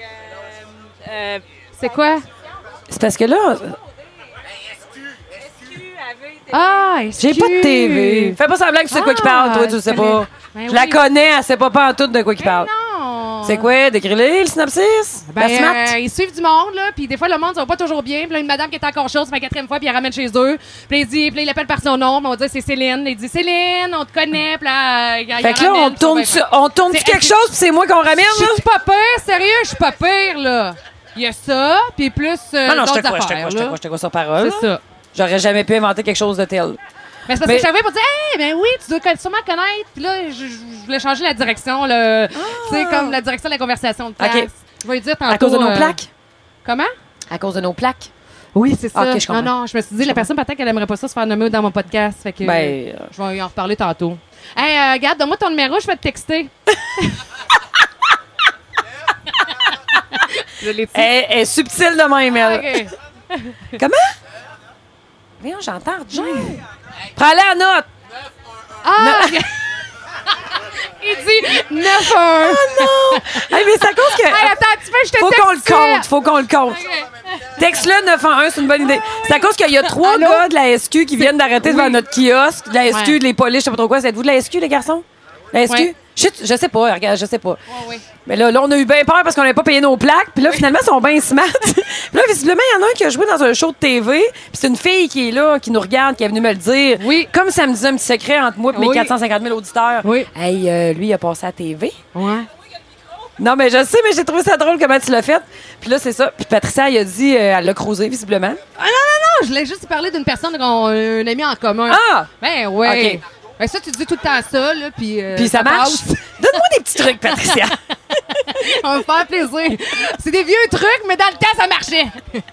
C'est quoi?
C'est parce que là,
Ah,
j'ai pas de TV. Fais pas semblant que tu sais de quoi qu'il parle, toi, tu le sais pas.
Ben
Je la
oui.
connais, elle sait pas en tout de quoi qu'il parle.
Non.
C'est quoi? Décris-le, le synopsis?
Ben,
La smart?
ils suivent du monde, là, puis des fois, le monde, ça va pas toujours bien. Puis là, une madame qui est encore chaude, c'est la 4e fois, puis elle ramène chez eux. Puis il dit, puis là, il l'appelle par son nom, puis on dit, c'est Céline. Il dit, Céline, on te connaît, puis là, il
Fait que là,
ramène,
on tourne
C'est-
quelque chose, puis c'est moi qu'on ramène,
Je
là?
suis pas pire, sérieux, je suis pas pire, là. Il y a ça, puis plus
Ah non, je te
d'autres
crois,
affaires, là.
je te crois sur parole.
C'est ça.
J'aurais jamais pu inventer quelque chose de tel.
Mais c'est parce
Mais-
que j'arrivais pour dire, hey, ben oui, tu dois sûrement connaître. Puis là, je voulais changer la direction, là. Tu sais, comme la direction de la conversation de classe.
OK.
Je vais lui dire tantôt.
À cause de nos plaques?
Comment?
À cause de nos plaques?
Oui, c'est ça.
OK, je comprends.
Non, je me suis dit, la personne peut-être qu'elle aimerait pas ça se faire nommer dans mon podcast. Fait que
Ben,
je vais en reparler tantôt. Hey, regarde, donne-moi ton numéro, je vais te texter. Je l'ai dit.
elle est subtile de même, elle.
OK.
Comment? Voyons, j'entends Jean. Prends-la à note.
Ah! Il dit 9-1.
Hey, mais c'est à cause que...
Hey, attends, tu fais, je te
Faut
texte.
qu'on le compte, faut qu'on le compte.
OK.
Texte-le 911, c'est une bonne idée. C'est à cause qu'il y a 3
Allô?
gars de la SQ qui viennent d'arrêter devant
Oui.
notre kiosque. De la SQ,
Ouais.
de les polices, je sais pas trop quoi. Êtes-vous de la SQ, les garçons? La SQ?
Ouais.
Je sais pas, regarde, je sais pas.
Oui.
Mais là, on a eu bien peur parce qu'on n'avait pas payé nos plaques. Puis là, finalement, ils sont bien smart. Puis là, visiblement, il y en a un qui a joué dans un show de TV. Puis c'est une fille qui est là, qui nous regarde, qui est venue me le dire.
Oui.
Comme ça me disait un petit secret entre moi et mes
Oui.
450 000 auditeurs.
Oui.
Hey, lui, il a passé à la TV.
Ouais.
Non, mais je sais, mais j'ai trouvé ça drôle comment tu l'as fait. Puis là, c'est ça. Puis Patricia, elle a dit, elle l'a cruisé, visiblement.
Ah non, je voulais juste parler d'une personne qu'on un ami en commun.
Ah!
Ben ouais.
OK.
Ben ça, tu dis tout le temps ça, là, puis
Puis ça marche.
passe.
Donne-moi des petits trucs, Patricia.
On va me faire plaisir. C'est des vieux trucs, mais dans le temps, ça marchait.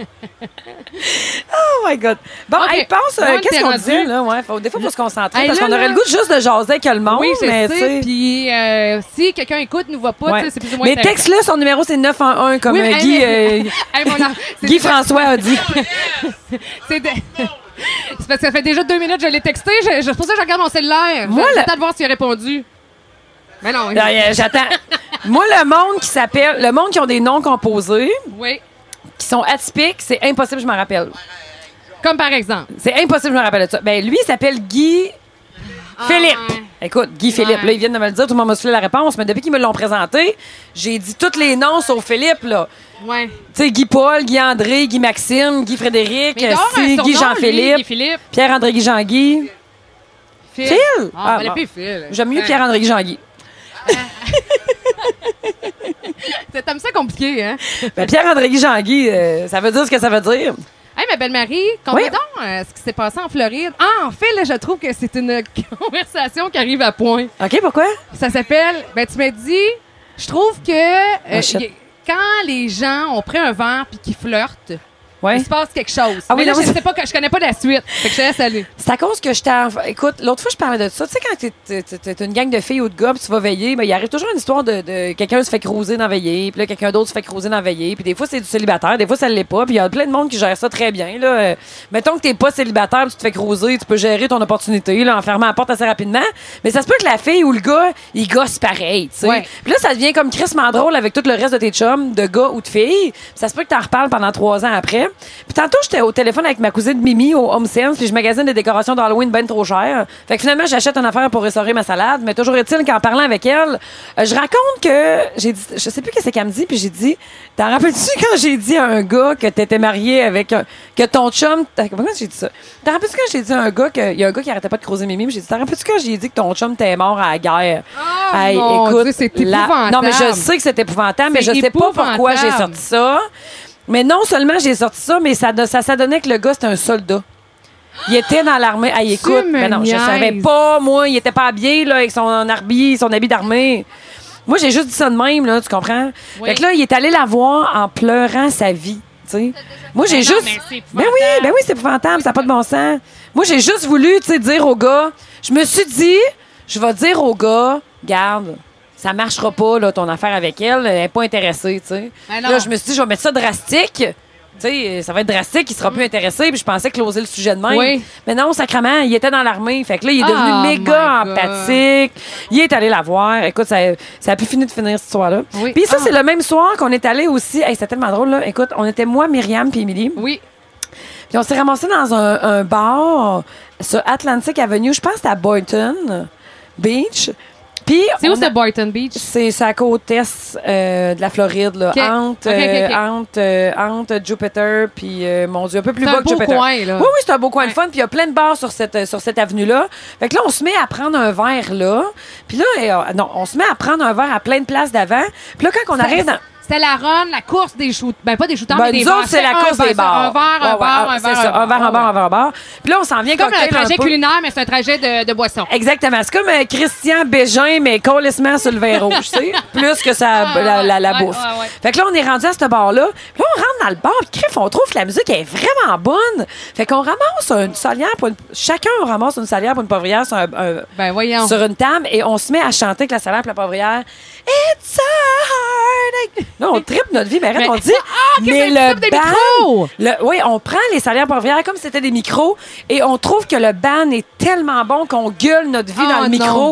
Oh my God. Bon,
OK.
hey, pense,
Bon,
qu'est-ce
t'es
qu'on
rendu.
disait, là? Ouais, des fois, il faut se concentrer
Hey,
parce
là,
qu'on aurait
là.
le goût de juste de jaser avec le monde.
Oui, je
mais tu
sais.
sais.
Puis si quelqu'un écoute, nous voit pas,
Ouais.
tu sais, c'est plus ou moins
Mais
intéressant.
texte-le, son numéro, c'est 911, comme
Oui, mais-
Guy,
Hey, mon an- c'est-
Guy François a dit.
C'est de- c'est parce que ça fait déjà 2 minutes que je l'ai texté. C'est pour ça que je regarde mon cellulaire.
Moi,
J'attends de voir s'il a répondu. Mais non.
J'attends. Moi, le monde qui ont des noms composés,
Oui.
qui sont atypiques, c'est impossible, que je m'en rappelle.
Comme par exemple.
C'est impossible, que je me rappelle de ça. Ben, lui, il s'appelle Guy Philippe.
ouais.
Écoute, Guy Philippe,
Ouais.
là, ils viennent de me le dire, tout le monde m'a soufflé la réponse, mais depuis qu'ils me l'ont présenté, j'ai dit tous les noms sauf Philippe, là.
Ouais.
Tu sais, Guy Paul, Guy André, Guy Maxime, Guy Frédéric,
Mais d'abord, un
Guy
surnom, lui,
Jean-Philippe,
Guy Philippe.
Pierre-André Guy Jean-Guy.
Phil.
Phil?
Ah,
Ah,
ben,
bon.
plus Phil.
J'aime mieux
Ouais.
Pierre-André Guy Jean-Guy.
C'est comme ça compliqué, hein?
Ben, Pierre-André Guy Jean-Guy, ça veut dire ce que ça veut dire.
Hey, ma belle-Marie, compte-moi donc ce qui s'est passé en Floride. Ah, en fait, là, je trouve que c'est une conversation qui arrive à point.
OK, pourquoi?
Ça s'appelle, ben tu m'as dit, je trouve que
Oh, shit.
quand les gens ont pris un verre puis qu'ils flirtent,
Ouais.
il se passe quelque chose.
Ah
mais
oui,
là,
non,
je connais pas la suite. Fait que je te laisse aller.
C'est à cause que j'étais... Écoute, l'autre fois, je parlais de ça. Tu sais, quand t'es une gang de filles ou de gars, puis tu vas veiller, ben, il arrive toujours une histoire de quelqu'un se fait cruiser dans veiller, puis là, quelqu'un d'autre se fait cruiser dans veiller, puis des fois, c'est du célibataire, des fois, ça l'est pas, puis il y a plein de monde qui gère ça très bien, là. Mettons que t'es pas célibataire, puis tu te fais cruiser, tu peux gérer ton opportunité, là, en fermant la porte assez rapidement. Mais ça se peut que la fille ou le gars, il gosse pareil, tu sais.
Ouais.
Puis là, ça devient comme crissement drôle avec tout le reste de tes chums, de gars ou de filles. Puis ça se peut que t'en reparles pendant 3 ans après. Puis tantôt, j'étais au téléphone avec ma cousine Mimi au Home Sense, puis je magasine des décorations d'Halloween ben trop chères. Fait que finalement, j'achète une affaire pour restaurer ma salade. Mais toujours est-il qu'en parlant avec elle, je raconte que j'ai dit, je sais plus qu'est-ce qu'elle me dit, puis j'ai dit, t'en rappelles-tu quand j'ai dit à un gars que t'étais marié avec que ton chum, comment j'ai dit ça? T'en rappelles-tu quand j'ai dit à un gars il y a un gars qui arrêtait pas de creuser Mimi, puis j'ai dit, t'en rappelles-tu quand j'ai dit que ton chum t'es mort à la guerre?
Oh, mon Dieu, c'est épouvantable.
Non, mais je sais que c'est épouvantable, mais je sais pas pourquoi j'ai sorti ça. Mais non seulement j'ai sorti ça, mais ça donnait que le gars, c'était un soldat. Il était dans l'armée. Hey, écoute,
me
mais non, je
niaises.
savais pas, moi. Il était pas habillé, là, avec son habit d'armée. Moi, j'ai juste dit ça de même, là, tu comprends?
Oui.
Fait que là, il est allé la voir en pleurant sa vie, tu sais. Moi, j'ai
non,
juste...
mais c'est
Ben
épouvantable.
oui, c'est épouvantable, ça n'a pas de bon sens. Moi, j'ai juste voulu, tu sais, dire au gars... Je me suis dit, je vais dire au gars, garde... Ça marchera pas, là, ton affaire avec elle. Elle n'est pas intéressée, tu sais.
Ben non.
Là, je me suis dit, je vais mettre ça drastique. Tu sais, ça va être drastique, il sera plus intéressé. Puis je pensais closer le sujet de même.
Oui.
Mais non, sacrément, il était dans l'armée. Fait que là, il est devenu
Oh
méga
my God.
empathique. Il est allé la voir. Écoute, ça a plus fini de finir cette histoire-là.
Oui.
Puis ça,
Ah.
c'est le même soir qu'on est allé aussi. Hey, c'était tellement drôle, là. Écoute, on était moi, Myriam, puis Émilie.
Oui.
Puis on s'est ramassés dans un bar sur Atlantic Avenue. Je pense que c'était à Boynton Beach. Puis
C'est où
on
ce
a-
Boynton Beach?
c'est à la côte est de la Floride, là.
OK.
Entre,
OK.
entre Jupiter, puis, mon Dieu, un peu plus
C'est
bas
un
que
beau
Jupiter.
coin, là.
Oui, oui, c'est un beau coin de
Ouais.
fun. Puis il y a plein de bars sur cette avenue-là. Fait que là, on se met à prendre un verre là. Puis là, non, on se met à prendre un verre à plein de places d'avant. Puis là, quand on arrive dans...
C'était la run, la course des shooters. Ben, pas des shooters,
Ben,
mais des
nous
bars.
autres, c'est la
un
course
bar,
des bars.
Un verre, un
Ouais,
bar,
ouais,
un
c'est
verre,
ça, un verre, un bar, un verre, un bar. Puis là, on s'en vient
C'est comme un
cocktail
trajet
peu.
culinaire, mais c'est un trajet de boisson.
Exactement. C'est comme Christian Bégin, mais colissement sur le vin rouge, tu sais. Plus que ça, la
Ouais,
bouffe.
ouais.
Fait que là, on est rendu à ce bar-là. Puis là, on rentre dans le bar, puis crif, on trouve que la musique est vraiment bonne. Fait qu'on ramasse une salière pour chacun, on ramasse une salière pour une poivrière sur,
Ben, voyons.
sur une table et on se met à chanter avec la salière et la poivrière. It's a heartache. Là, on tripe notre vie, mais arrête,
Mais-
on dit.
Ah, qu'est-ce que c'est, des micros?
Oui, on prend les salières poivrières comme si c'était des micros et on trouve que le band est tellement bon qu'on gueule notre vie
Oh,
dans le
non.
micro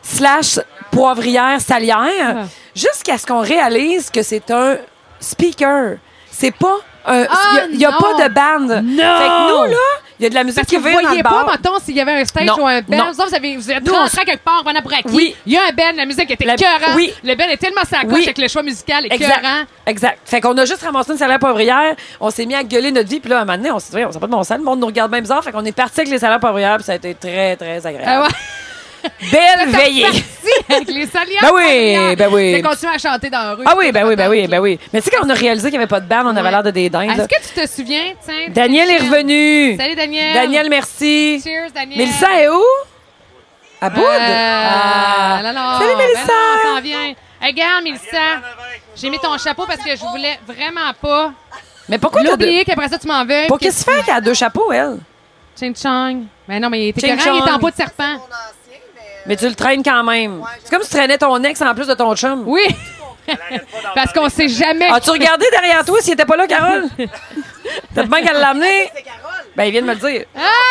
/ poivrière salière jusqu'à ce qu'on réalise que c'est un speaker. C'est pas un... Il n'y a
non.
pas de band. Fait que nous, là, il y a de la musique
Parce
qui
que vous
vient dans le
voyez
bar.
pas, mettons, s'il y avait un stage
Non,
ou un band.
non.
Vous autres, vous êtes
Nous, on
rentrés quelque part, on a pour acquis.
Oui.
Il y a un band, la musique était
La-
écœurante.
oui.
Le band est tellement sacoche
Oui.
avec le choix musical
Exact.
écœurant.
Exact. Fait qu'on a juste ramassé une salière poivrière, on s'est mis à gueuler notre vie, puis là, un moment donné, on s'est dit, on sait pas de bon sens, le monde nous regarde bien bizarre, fait qu'on est parti avec les salières poivrières, puis ça a été très, très agréable.
Ah ouais.
Belle veillée!
avec les salières.
Ben oui,
poivrières.
ben oui.
J'ai continué à chanter dans la rue.
Ah oui, ben oui, ben oui, ben oui. Mais tu sais, quand on a réalisé qu'il n'y avait pas de band, on avait
Ouais.
l'air de des dindes.
Est-ce
là.
que tu te souviens, tiens?
Daniel est revenu.
Salut, Daniel.
Daniel, merci.
Cheers, Daniel.
Mélissa est où? À Boud? Ah. Salut, Mélissa.
Ben non, on s'en vient. Hey, regarde, Mélissa. J'ai mis ton chapeau parce que je voulais vraiment pas
Mais pourquoi t'as deux...
l'oublier qu'après ça, tu m'en veux.
Pour qu'est-ce qu'il fait qu'elle a deux chapeaux, elle?
Ching chong. Ben non, mais il était
Ching
écœurant, il était en
chong.
peau de serpent.
Mais tu le traînes quand même. C'est comme si tu traînais ton ex en plus de ton chum.
Oui. Parce qu'on sait jamais.
As-tu regardé derrière toi s'il était pas là, Carole? T'as bien qu'elle l'a amené? Ben, il vient de me le dire.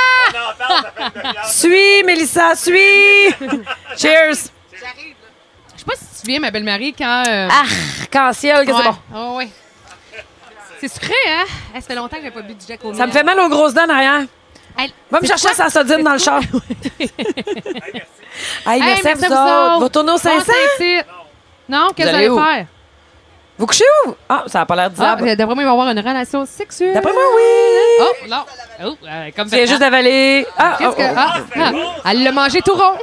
Suis, Mélissa, suis! Cheers!
Je sais pas si tu te souviens, ma belle-Marie, quand...
Arc-en-ciel, que c'est bon.
Oh, oui. C'est sucré, hein? Ça fait longtemps que j'ai pas bu du Jack au
Ça me fait mal aux grosses dents derrière. Va me chercher sa sardine dans le char. Hey, merci à vous autres. Vous retournez au 500?
Non, qu'est-ce que vous
allez
allez
où?
faire?
Vous couchez où? Ah, ça n'a pas l'air
Ah,
disable.
d'après moi, il va y avoir une relation sexuelle.
D'après moi, oui.
Oh, non. Oh, comme ça.
C'est juste d'avaler. Ah,
Qu'est-ce
oh,
que...
oh.
Elle l'a mangé tout rond.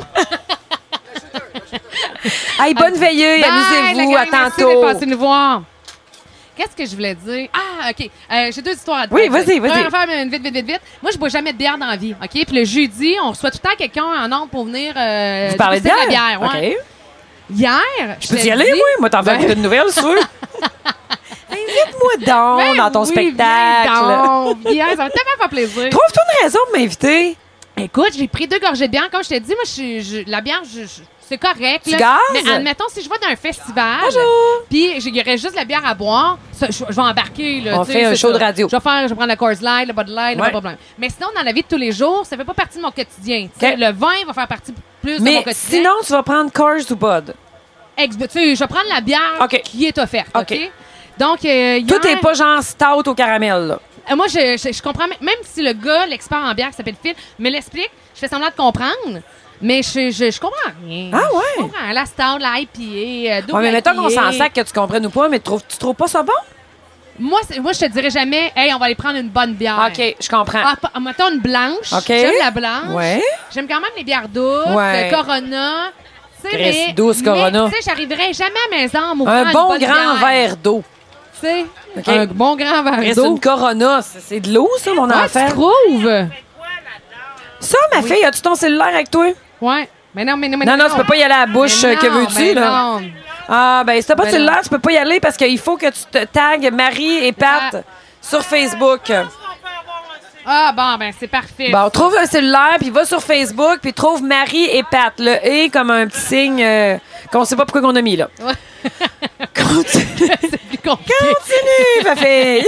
Hey, bonne veillée. Amusez-vous. À
Merci
tantôt.
d'être passé nous voir. Qu'est-ce que je voulais dire? Ah, OK. J'ai deux histoires à te
Oui,
dire.
vas-y.
On va faire une vite. Moi, je bois jamais de bière dans la vie, OK? Puis le jeudi, on reçoit tout le temps quelqu'un en ordre pour venir
Vous parlez de
déguster
bière?
la bière. Ouais.
OK.
Hier,
Je peux y aller, moi? Moi, t'en fais une nouvelle, sûr. Invite-moi donc
Ben
dans ton
oui,
spectacle.
Viens, donc, viens, ça va tellement faire plaisir.
Trouve-toi une raison de m'inviter.
Écoute, j'ai pris 2 gorgées de bière. Comme je t'ai dit, moi, la bière, c'est correct.
Tu
là.
gazes?
Mais admettons, si je vais dans un festival,
Bonjour.
puis il y aurait juste la bière à boire, ça, je vais embarquer. Là,
On
tu
fait
sais,
un
c'est
show
ça.
de radio.
Je vais prendre la Coors Light, le Bud Light,
Ouais.
pas de problème. Mais sinon, dans la vie de tous les jours, ça fait pas partie de mon quotidien. Tu sais,
OK.
le vin va faire partie plus de mon
Mais
quotidien.
sinon, tu vas prendre Coors ou Bud.
Tu sais, je vais prendre la bière
OK.
qui est offerte.
OK.
OK? Donc, hier,
Tout n'est pas genre stout au caramel, là.
moi, je comprends, même si le gars, l'expert en bière qui s'appelle Phil, me l'explique, je fais semblant de comprendre, mais je comprends rien.
Ah ouais?
Je comprends. La stout, la IPA, double
Ouais, mais mettons qu'on
IPA.
s'en sac que tu comprennes ou pas, mais tu trouves pas ça bon?
Moi, je te dirais jamais, hey, on va aller prendre une bonne bière.
OK, je comprends.
Mettons une blanche.
OK.
J'aime la blanche.
Ouais.
J'aime quand même les bières douces,
Ouais.
Corona. Tu sais,
Chris,
mais,
douce Corona.
Tu sais, j'arriverais jamais à la maison en m'ouvrant
Un
une
bon
bonne
grand
bière.
verre d'eau.
Tu sais,
OK.
un bon grand verre
Reste
d'eau.
une Corona. C'est de l'eau, ça, mon
Ouais,
enfant.
tu trouves?
Ça, ma fille, as-tu ton cellulaire avec toi?
Ouais. Mais non,
Non, tu peux pas y aller à la bouche.
Mais
Que
non,
veux-tu,
ben
là?
non.
Ah, ben, si t'as pas de
Ben
cellulaire,
non.
tu peux pas y aller parce qu'il faut que tu te tagues Marie et Pat sur Facebook.
Ah, bon, ben, c'est parfait.
Bon, trouve un cellulaire, puis va sur Facebook, puis trouve Marie et Pat. Le « et » comme un petit signe qu'on sait pas pourquoi qu'on a mis, là.
Ouais.
Continue,
C'est plus compliqué.
ma fille!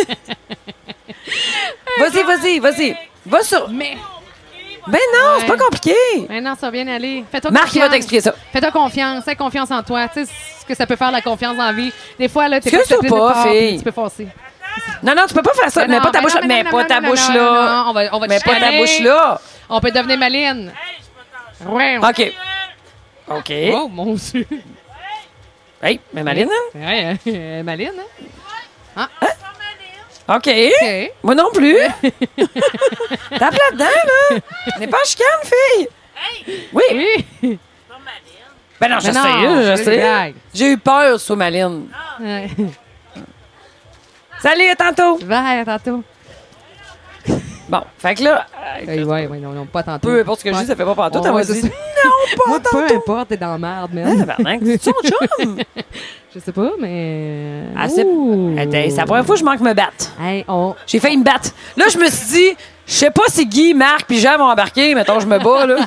Vas-y. Va sur...
Mais,
Ben non, c'est
Ouais.
pas compliqué.
non, ça va bien aller. Fais-toi
Marc, il va
confiance.
t'expliquer ça.
Fais-toi confiance. Aie confiance en toi. Tu sais ce que ça peut faire, la confiance en la vie. Des fois, là, t'es
Excuse-toi pas, fille.
Tu peux forcer.
Non, tu peux pas faire ça.
Mais
Mets
non,
pas ta
mais
bouche
non,
là.
mais
Mets
non,
pas
non,
ta
non,
bouche
non,
là.
non, on va
Mets
te
pas ta
chicaner.
bouche là.
On peut devenir maline. Ouais.
OK. OK.
Oh, mon Dieu.
Hey, mais Maline, hein?
Ouais, maline, hein?
OK.
OK.
Moi non plus. Tape là-dedans, là. On n'est pas en chicane, fille. Oui.
Oui.
Ben non, je
Mais non,
sais, je
c'est
sais.
une blague.
J'ai eu peur sur Maline.
Ouais.
Salut, à tantôt.
Bye, à tantôt.
Bon, fait que là,
Ouais, non, pas tantôt.
peu importe ce que je dis, ça fait pas partout.
Ouais,
T'as
ouais,
dit,
c'est ça.
non,
Moi,
pas
peu
tantôt.
importe, t'es dans la merde,
Ah,
mais.
tabarnak, c'est son chum.
Je sais pas, mais.
Ah, c'est
Ouh.
c'est la première fois que je manque me battre.
Hey, on.
J'ai failli me battre. Là, je me suis dit, je sais pas si Guy, Marc puis Jean vont embarquer. Mettons, je me bats, là.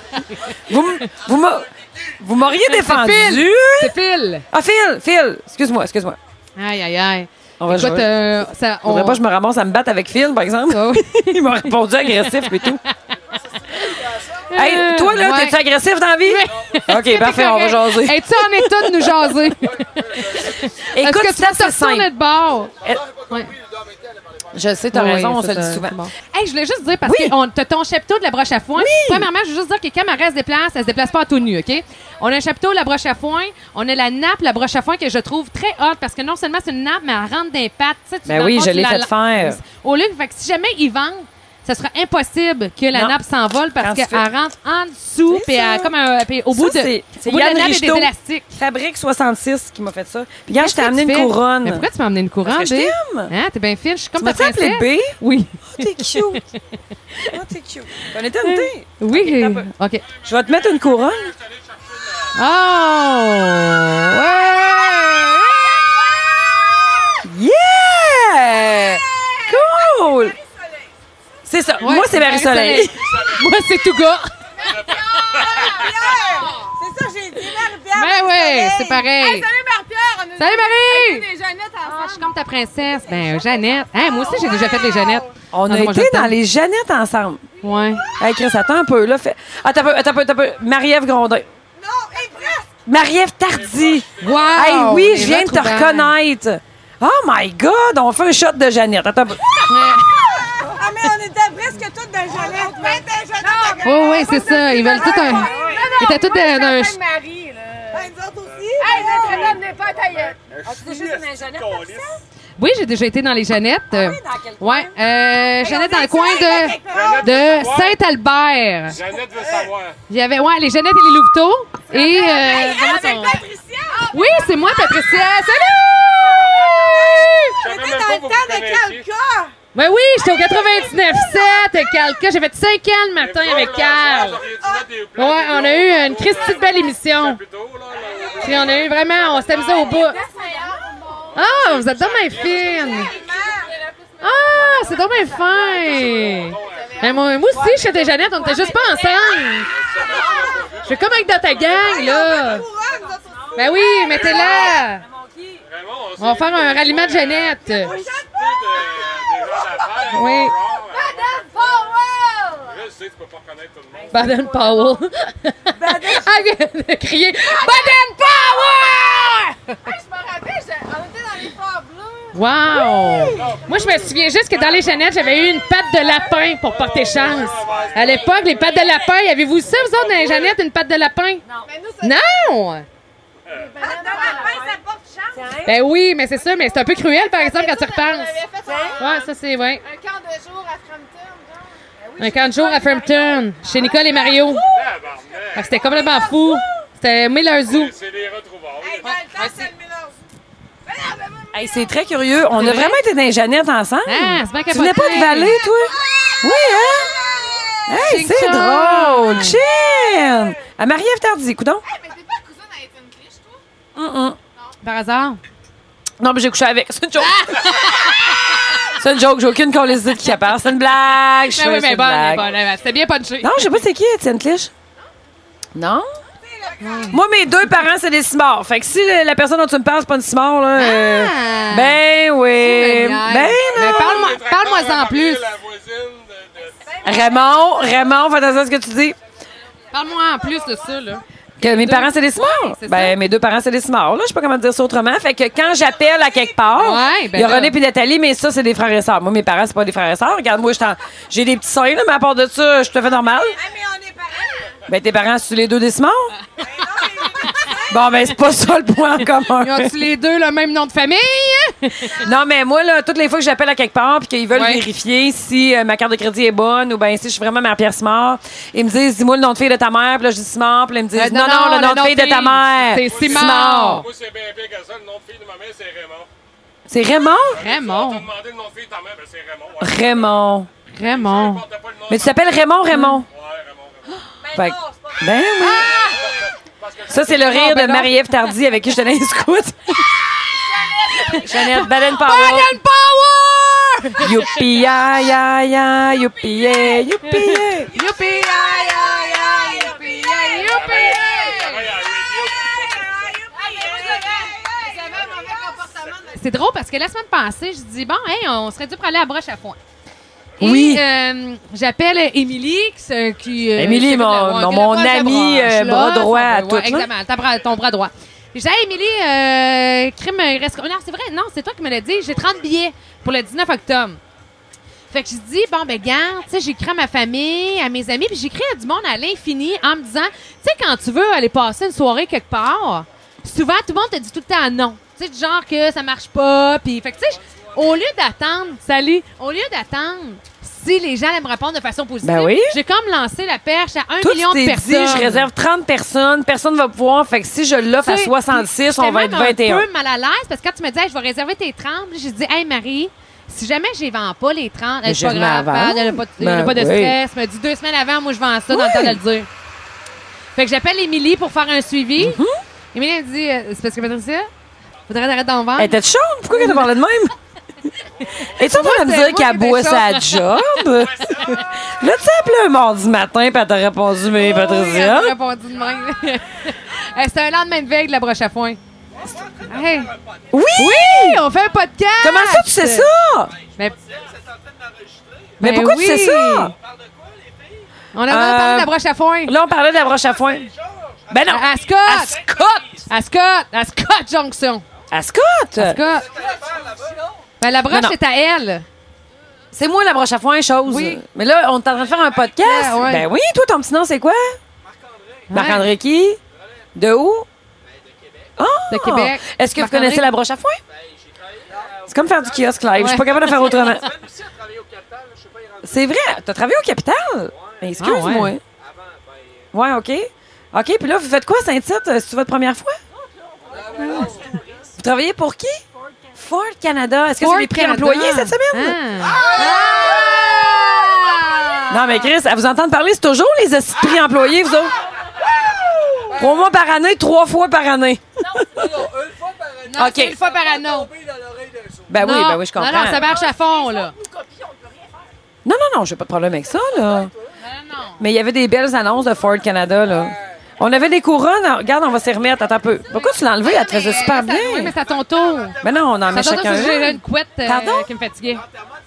Vous m'auriez défendu.
Phil. C'est Phil.
Ah, Phil. Excuse-moi.
Aïe.
On va
Écoute, ça.
Faudrait pas que je me ramasse à me battre avec Phil, par exemple.
Oh, oui.
Il m'a répondu agressif et tout. Hey, toi, là,
Ouais.
t'es-tu agressif dans la vie? OK, parfait, on va jaser.
Es-tu en état de nous jaser?
Écoute,
Est-ce que
ça,
tu vas
c'est
te retourner
simple.
de bord? Ouais.
Je sais, t'as
Oui,
raison, on se
c'est
le dit
ça,
souvent.
c'est bon. Hey, je voulais juste dire, parce
Oui.
que t'as ton chapiteau de la broche à foin. Premièrement, je veux juste dire que quand Marie se déplace, elle se déplace pas à tout nu, OK? On a un chapiteau, la broche à foin. On a la nappe, la broche à foin, que je trouve très hot, parce que non seulement c'est une nappe, mais elle rentre des pattes. Tu sais,
Ben
dans
oui,
le fond,
je
tu
l'ai
la
fait
lances.
faire.
Au lieu, fait que si jamais ils vendent, ça sera impossible que la
Non.
nappe s'envole parce
Quand tu
qu'elle
fais-
rentre en dessous,
C'est
puis
ça.
elle, comme un, puis au bout de,
Ça, c'est
au bout de la
Yann
nappe, il y a des
Richteau.
élastiques.
Fabrique 66 qui m'a fait ça. Puis quand je t'ai
Qu'est-ce que
amené
tu
une
fais?
couronne.
Mais pourquoi tu m'as amené une couronne,
Parce que je
Bé?
t'aime.
Hein, t'es bien fine, je suis comme
Tu
ta
m'as-tu appelé
princesse.
B?
Oui.
Oh, t'es cute. Oh, t'es cute. On était une thé.
Oui.
attends un peu.
OK.
Je vais te mettre une couronne.
Oh! Ouais!
Yeah! Cool! C'est ça.
Ouais,
Moi, c'est Marie-Soleil.
Moi, c'est tout gars.
C'est ça, j'ai dit, Marie-Pierre.
Ben oui, c'est pareil.
Salut Marie-Pierre. On a
Salut, Marie!
des Jeannettes
Ah, je
ensemble.
suis comme ta princesse. Ben, Jeannette. Hein, moi aussi, j'ai déjà fait les Jeannettes.
On a
moi,
été
je
dans
t'aime.
les Jeannettes ensemble.
Ouais.
Hey, Chris, attends un peu, là. Attends un peu. Marie-Ève Grondin.
Non, hey, presque.
Marie-Ève Tardy.
Wow!
Hey, oui,
les
je viens de te
retrouvailles.
reconnaître. Oh my God, on fait un shot de Jeannette. Attends un peu.
Ah, mais on était presque toutes des Jeannettes. On était des Jeannettes.
Oh, oui, c'est ça. Ils veulent tout un. Ils étaient tous d'un.
Marie, là. Ben, nous autres aussi. Hey, Notre-Dame n'est pas taillée.
Oui, j'ai déjà été dans les Jeannettes.
Dans quel coin?
Ouais. Jeannette dans le coin de Saint-Albert.
Jeannette veut savoir.
Il y avait, ouais, les Jeannettes et les Louveteaux. Et. vraiment,
Avec
son-
Patricia.
Oui, c'est moi, Patricia. Salut!
Je
On
savais
était
même
dans
pas
le
que vous
temps
vous
de
connaissiez.
Calca.
Ben oui, j'étais au 99.7, Calca. J'ai fait 5 ans le matin avec Carl. Ouais, on a eu une Christie de belle émission. Puis on a eu vraiment, on s'est amusé au bout. Ah, vous êtes donc bien fine. Ah, c'est donc bien fin. Ben, moi aussi, je suis Jeannette, on était juste pas ensemble. Je suis comme avec dans ta gang, là. Ben oui, mettez-la. On va faire un ralliement de Jeannette. Oui.
Je sais, tu peux pas reconnaître tout le monde.
Baden Powell. De crier Baden Powell!
Je me rappelle, on était dans les phares bleus.
Wow! Moi, je me souviens juste que dans les Jeannettes, j'avais eu une patte de lapin pour porter chance. À l'époque, les pattes de lapin, avez-vous ça, vous autres, dans les Jeannettes, une patte de lapin?
Mais nous, ça
Non!
ça porte chance.
Ben oui, mais c'est ça, mais c'est un peu cruel, par exemple, quand tu repenses. Ouais, ça, c'est, ouais.
Un camp de jour à Frampton, genre.
Un camp de jour à Frampton, chez Nicole et Mario. Fait que c'était complètement fou. C'était Miller Zoo.
C'est des retrouvailles.
Dans le temps, c'est le Miller Zoo.
Hey, c'est très curieux. On a vraiment été dans les Jeannettes ensemble.
Ah, c'est bien
Tu venais pas de Vallée, toi? Oui, hein? Hey,
Ching
c'est
chong.
drôle. Chin! À Marie-Ève Tardy, coudonc.
Mais t'es pas cousine à Étienne Clich, toi?
Par hasard.
Non, mais j'ai couché avec. C'est une joke. C'est une joke. J'ai aucune idée de qui elle parle. C'est une blague. Je
Ben oui,
fais
mais
une
bonne,
blague.
bonne. C'était bien punché.
Non, je sais pas c'est qui, Étienne Clich. Non? Moi, mes deux parents, c'est des cimards. Fait que si la personne dont tu me parles, c'est pas une cimard, là. Ben oui. Ben
Mais
non.
parle-moi-en plus.
La voisine de...
Raymond, fais attention à ce que tu dis.
Parle-moi en plus de ça, là.
Que mes parents, c'est des cimards?
c'est
Ben,
ça.
mes deux parents, c'est des cimards. Là, je sais pas comment dire ça autrement. Fait que quand j'appelle à quelque part,
Ouais, ben
il y a
là.
René et Nathalie, mais ça, c'est des frères et sœurs. Moi, mes parents, c'est pas des frères et sœurs. Regarde, moi, j'ai des petits seins, là, mais à part de ça, je suis tout à fait normal.
Ah, mais on est pareil.
Ben, tes parents, c'est les deux des cimards? Bon, ben, c'est pas ça le point en
Ils
commun.
ont-tu les deux le même nom de famille?
Non, mais moi, là, toutes les fois que j'appelle à quelque part puis qu'ils veulent
Ouais.
vérifier si ma carte de crédit est bonne ou ben si je suis vraiment Marie-Pierre Simard, ils me disent, dis-moi le nom de fille de ta mère. Puis là, je dis Simard. Puis là, ils me disent, non, le nom de fille de ta mère.
C'est Simard.
Moi, c'est bien pire que ça. Le nom de fille de ma mère, c'est Raymond.
C'est Raymond?
Raymond.
T'as demandé le nom de fille de ta mère, ben c'est Raymond. Ouais.
Raymond.
Raymond.
T'as pas le nom
Mais tu t'appelles Raymond?
Ouais, Raymond.
Fait que- ben oui. Ça, c'est le rire de Marie-Ève Tardy avec qui je tenais une scout. Jeannette Baden-Powell.
Baden Power!
Youpi, ya, ya, ya, youpi, yeah, youpi, yeah.
Youpi! Youpi! Youpi! C'est drôle parce que la semaine passée, je dis, bon, hey, on serait dû pour aller à Broche à Foin. Et,
Oui.
J'appelle Émilie, qui...
Émilie,
qui-
mon
qui est le
amie,
proche de Broche,
bras
là,
droit à
son-
tout,
ouais,
là.
exactement, ton bras droit. Et j'ai dit, hey, Émilie, crime, il reste... Non, c'est vrai, non, c'est toi qui me l'as dit. J'ai 30 billets pour le 19 octobre. Fait que je dis, bon, ben, garde, tu sais, j'écris à ma famille, à mes amis, puis j'écris à du monde à l'infini en me disant, tu sais, quand tu veux aller passer une soirée quelque part, souvent, tout le monde te dit tout le temps non. Tu sais, du genre que ça marche pas, puis, fait que, tu sais, au lieu d'attendre, si les gens me répondent de façon positive,
Ben oui.
j'ai comme lancé la perche à 1
Toi,
million
tu
de
t'es
personnes.
dit, je réserve 30 personnes, personne ne va pouvoir. Fait que si je l'offre à
Tu sais,
66, on va être
j'étais même
21.
un peu mal à l'aise parce que quand tu me disais, hey, je vais réserver tes 30, j'ai dit, hey Marie, si jamais je les vends pas, les 30,
Mais
c'est pas
j'ai
grave,
rien à
il n'y a
vendre.
pas de
Ben
stress. Elle me dit 2 semaines avant, moi je vends ça dans le temps de le dire. Fait que j'appelle Émilie pour faire un suivi.
Mm-hmm.
Émilie, elle me dit, c'est parce que Patricia, faudrait arrêter d'en vendre.
Elle était chaude? Pourquoi qu'elle t'a parlé de même? Es-tu en train de me
c'est
dire
moi
qu'elle
qui étais
boit sa
chaude.
job? Là, tu as appelé un mardi matin puis elle t'a répondu, mais
Oui, elle
Patricia.
m'a répondu de même. C'était un lendemain de veille de la broche à foin. Hey.
Oui!
Oui, on fait un podcast!
Comment ça, tu sais ça?
Mais,
Mais
ben
pourquoi tu sais
oui.
ça?
On a parlé de la broche à foin.
Là, on parlait de la broche à foin. Ben non!
À Scott!
À Scott!
À Scott Junction.
À Scott!
Scott. Ben, la broche
Non.
est à elle.
C'est moi la broche à foin, chose.
Oui.
Mais là, on est en train de faire un podcast.
Ouais.
Ben oui, toi, ton petit nom, c'est quoi? Marc-André qui? De où? Ah!
De Québec.
Est-ce que vous
Marc-André.
connaissez la broche à foin? C'est comme faire du kiosque live. Je suis pas capable de faire autrement. C'est vrai? T'as travaillé au Capital? Ben, excuse-moi. Ouais, OK. OK, puis là, vous faites quoi, Saint-Tite? C'est votre première fois? Vous travaillez pour qui? Ford Canada. Est-ce que c'est les prix
Canada.
employés cette semaine?
Ah.
Non, mais Chris, à vous entendre parler, c'est toujours les esprits employés, vous autres? 3 mois par année, 3 fois par année.
Non,
OK.
c'est une fois par anneau.
Ben
Non.
oui, je comprends.
Non, ça marche à fond, là.
Non, j'ai pas de problème avec ça, là.
Non.
Mais il y avait des belles annonces de Ford Canada, là. On avait des couronnes. Regarde, on va s'y remettre. Attends un peu. Pourquoi tu l'as enlevé? Elle te faisait super
Oui, mais
bien.
c'est à ton tour.
Mais non, on en met
C'est à ton tour,
chacun
parce que j'ai
un.
une couette
Pardon?
qui me fatiguait.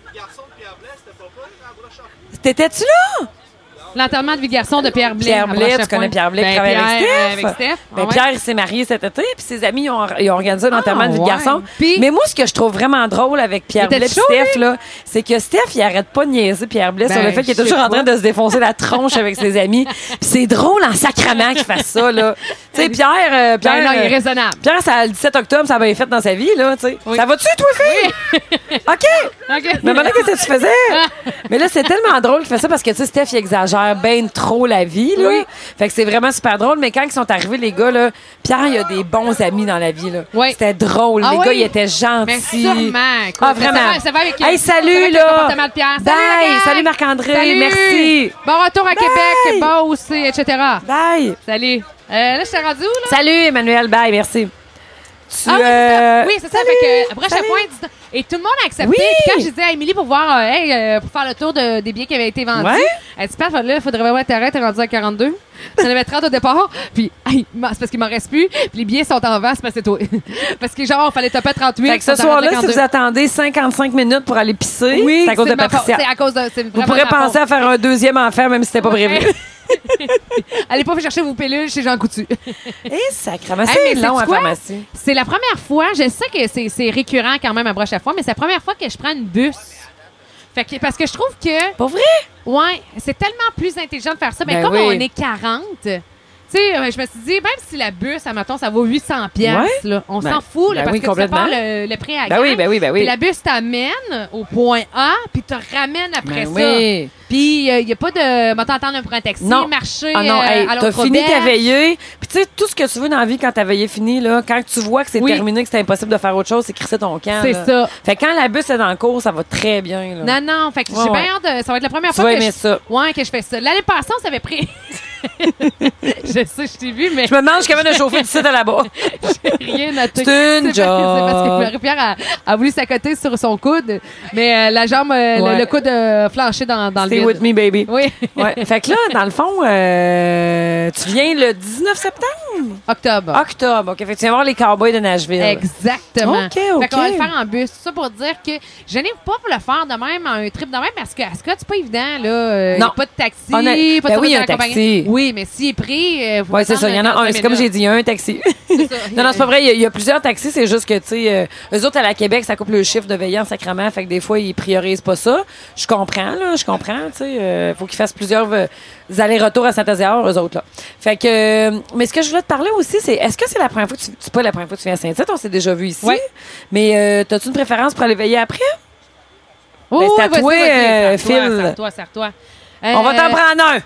T'étais-tu là?
L'enterrement de vie garçon de Pierre Blais.
Pierre
à
Blais, tu
Broche-à-Foin.
connais Pierre Blais qui
Ben,
travaille avec
Pierre,
Steph.
avec Steph.
Ben,
Ah ouais.
Pierre, il s'est marié cet été, puis ses amis, ils ont organisé un enterrement de vie de
ouais.
garçon.
Puis-
Mais moi, ce que je trouve vraiment drôle avec Pierre
Il était
Blais et
chaud,
Steph, là, c'est que Steph, il arrête pas de niaiser Pierre Blais sur
Ben,
le fait qu'il est
je sais
toujours en train
pas.
de se défoncer la tronche avec ses amis. Puis c'est drôle en sacrament qu'il fasse ça, là. Tu sais, Pierre...
Ben non, il est raisonnable.
Pierre, ça, le 17 octobre, ça a bien fait dans sa vie, là, tu sais.
Oui.
Ça va-tu, toi, fille? OK!
OK.
Mais maintenant, qu'est-ce que tu faisais? Mais là, c'est tellement drôle qu'il fait ça parce que, tu sais, Steph, il exagère bien trop la vie, là.
Oui.
Fait que c'est vraiment super drôle. Mais quand ils sont arrivés, les gars, là, Pierre, il a des bons amis dans la vie, là.
Oui.
C'était drôle.
Ah
les
oui?
gars, ils étaient gentils.
Mais sûrement. Écoute,
Ah, vraiment.
Ça va avec,
Hey,
ça va
salut,
avec le
là.
comportement de Pierre.
Bye.
la gang.
Salut, Marc-André.
Salut.
Merci.
Bon retour à Québec. Bon aussi, etc.
Bye.
Salut. Là, je t'ai rendu où, là?
Salut, Emmanuel. Bye. Merci. Tu,
Ah oui, c'est ça. Oui, c'est ça.
salut.
Fait que, après, chaque
Salut.
fois, et tout le monde a accepté.
Oui.
Puis quand j'ai dit à Émilie pour voir, pour faire le tour des billets qui avaient été vendus,
Ouais.
elle dit, Pat, là, il faudrait vraiment être arrêté, t'es rendu à 42. J'en avais 30 au départ. Puis, hey, c'est parce qu'il m'en reste plus. Puis les billets sont en vente, c'est parce que c'est toi. Parce que, genre, il fallait taper à 38.
Fait que ce
ils sont rendus à
soir-là, si
42.
vous attendez 55 minutes pour aller pisser,
Oui,
c'est à cause de
ma faute.
Patricia.
C'est à cause de. c'est
Vous
vraiment
pourrez
de ma
penser
faute.
à faire un deuxième enfant, même si c'était pas prévu.
Allez pas chercher vos pilules chez Jean Coutu.
Sacrément,
Hey,
c'est
mais
long
sais-tu
à
quoi?
pharmacie.
C'est la première fois, je sais que c'est récurrent quand même à Broche-à-Foin, mais c'est la première fois que je prends une bus. Fait que, parce que je trouve que,
Pas vrai?
ouais, c'est tellement plus intelligent de faire ça. Mais
Ben
comme
oui.
on est 40, tu sais, je me suis dit, même si la bus, admettons, ça vaut 800 piastres,
Ouais.
là, on
Ben,
s'en fout, là,
ben
parce
oui,
que tu
complètement.
sépares le prix à
Ben oui, ben oui, ben oui.
Puis la bus t'amène au point A, puis te ramène après
Ben
ça.
oui.
Puis il n'y a pas de, va t'entendre pour un taxi,
Non.
marcher
Ah non, hey,
à
t'as
l'autre
fini ta
auberge.
veillée. Puis tu sais, tout ce que tu veux dans la vie quand ta veillée finit, là, quand tu vois que c'est
Oui.
terminé, que c'est impossible de faire autre chose, c'est crisser ton camp.
C'est
là.
ça.
Fait que quand la bus est dans le cours, ça va très bien. Là.
Non, fait que
Ouais,
j'ai
ouais.
bien hâte de. Ça va être la première
Tu
fois
vas
que
aimer
je,
ça.
ouais, que je fais ça. L'année passée, on s'avait pris. Je sais, je t'ai vu, mais
Je me demande, je suis capable de chauffer du site à là-bas.
j'ai rien noté.
C'est une
C'est parce que
job.
Marie-Pierre a voulu s'accoter sur son coude, mais la jambe,
Ouais.
le coude flanché dans le
Stay
vide.
with me, baby.
Oui.
Ouais. Fait que là, dans le fond, tu viens le 19 septembre?
Octobre.
Octobre. OK. Fait que tu viens voir les Cowboys de Nashville.
Exactement.
OK,
Fait
OK.
qu'on va le faire en bus. Tout ça pour dire que je n'ai pas pour le faire de même, un trip de même, parce que Ascot, c'est pas évident, là.
Non.
Y a pas de taxi.
On a-
pas de
ben oui, il y a un
service
taxi.
d'accompagnement. Oui, mais s'il est pris, faut
Oui, c'est
attendre
ça. Il y en a
45
un. C'est comme
minutes.
j'ai dit, il y a un taxi.
C'est ça.
Non, c'est pas vrai. Il y a plusieurs taxis. C'est juste que, tu sais, eux autres, à la Québec, ça coupe le chiffre de veillants sacrement. Fait que des fois, ils priorisent pas ça. Je comprends, là. Je comprends, tu sais. Faut qu'ils fassent plusieurs allers-retours à Saint-Aziard, eux autres, là. Fait que, mais ce que je voulais te parler aussi, c'est, est-ce que c'est la première fois que c'est pas la première fois que tu viens à Saint-Tite? On s'est déjà vu ici.
Oui.
Mais, t'as-tu une préférence pour aller veiller après?
Oh,
Ben, c'est à
vas-y,
toi,
vas-y.
Phil.
Serre-toi.
On va t'en prendre un.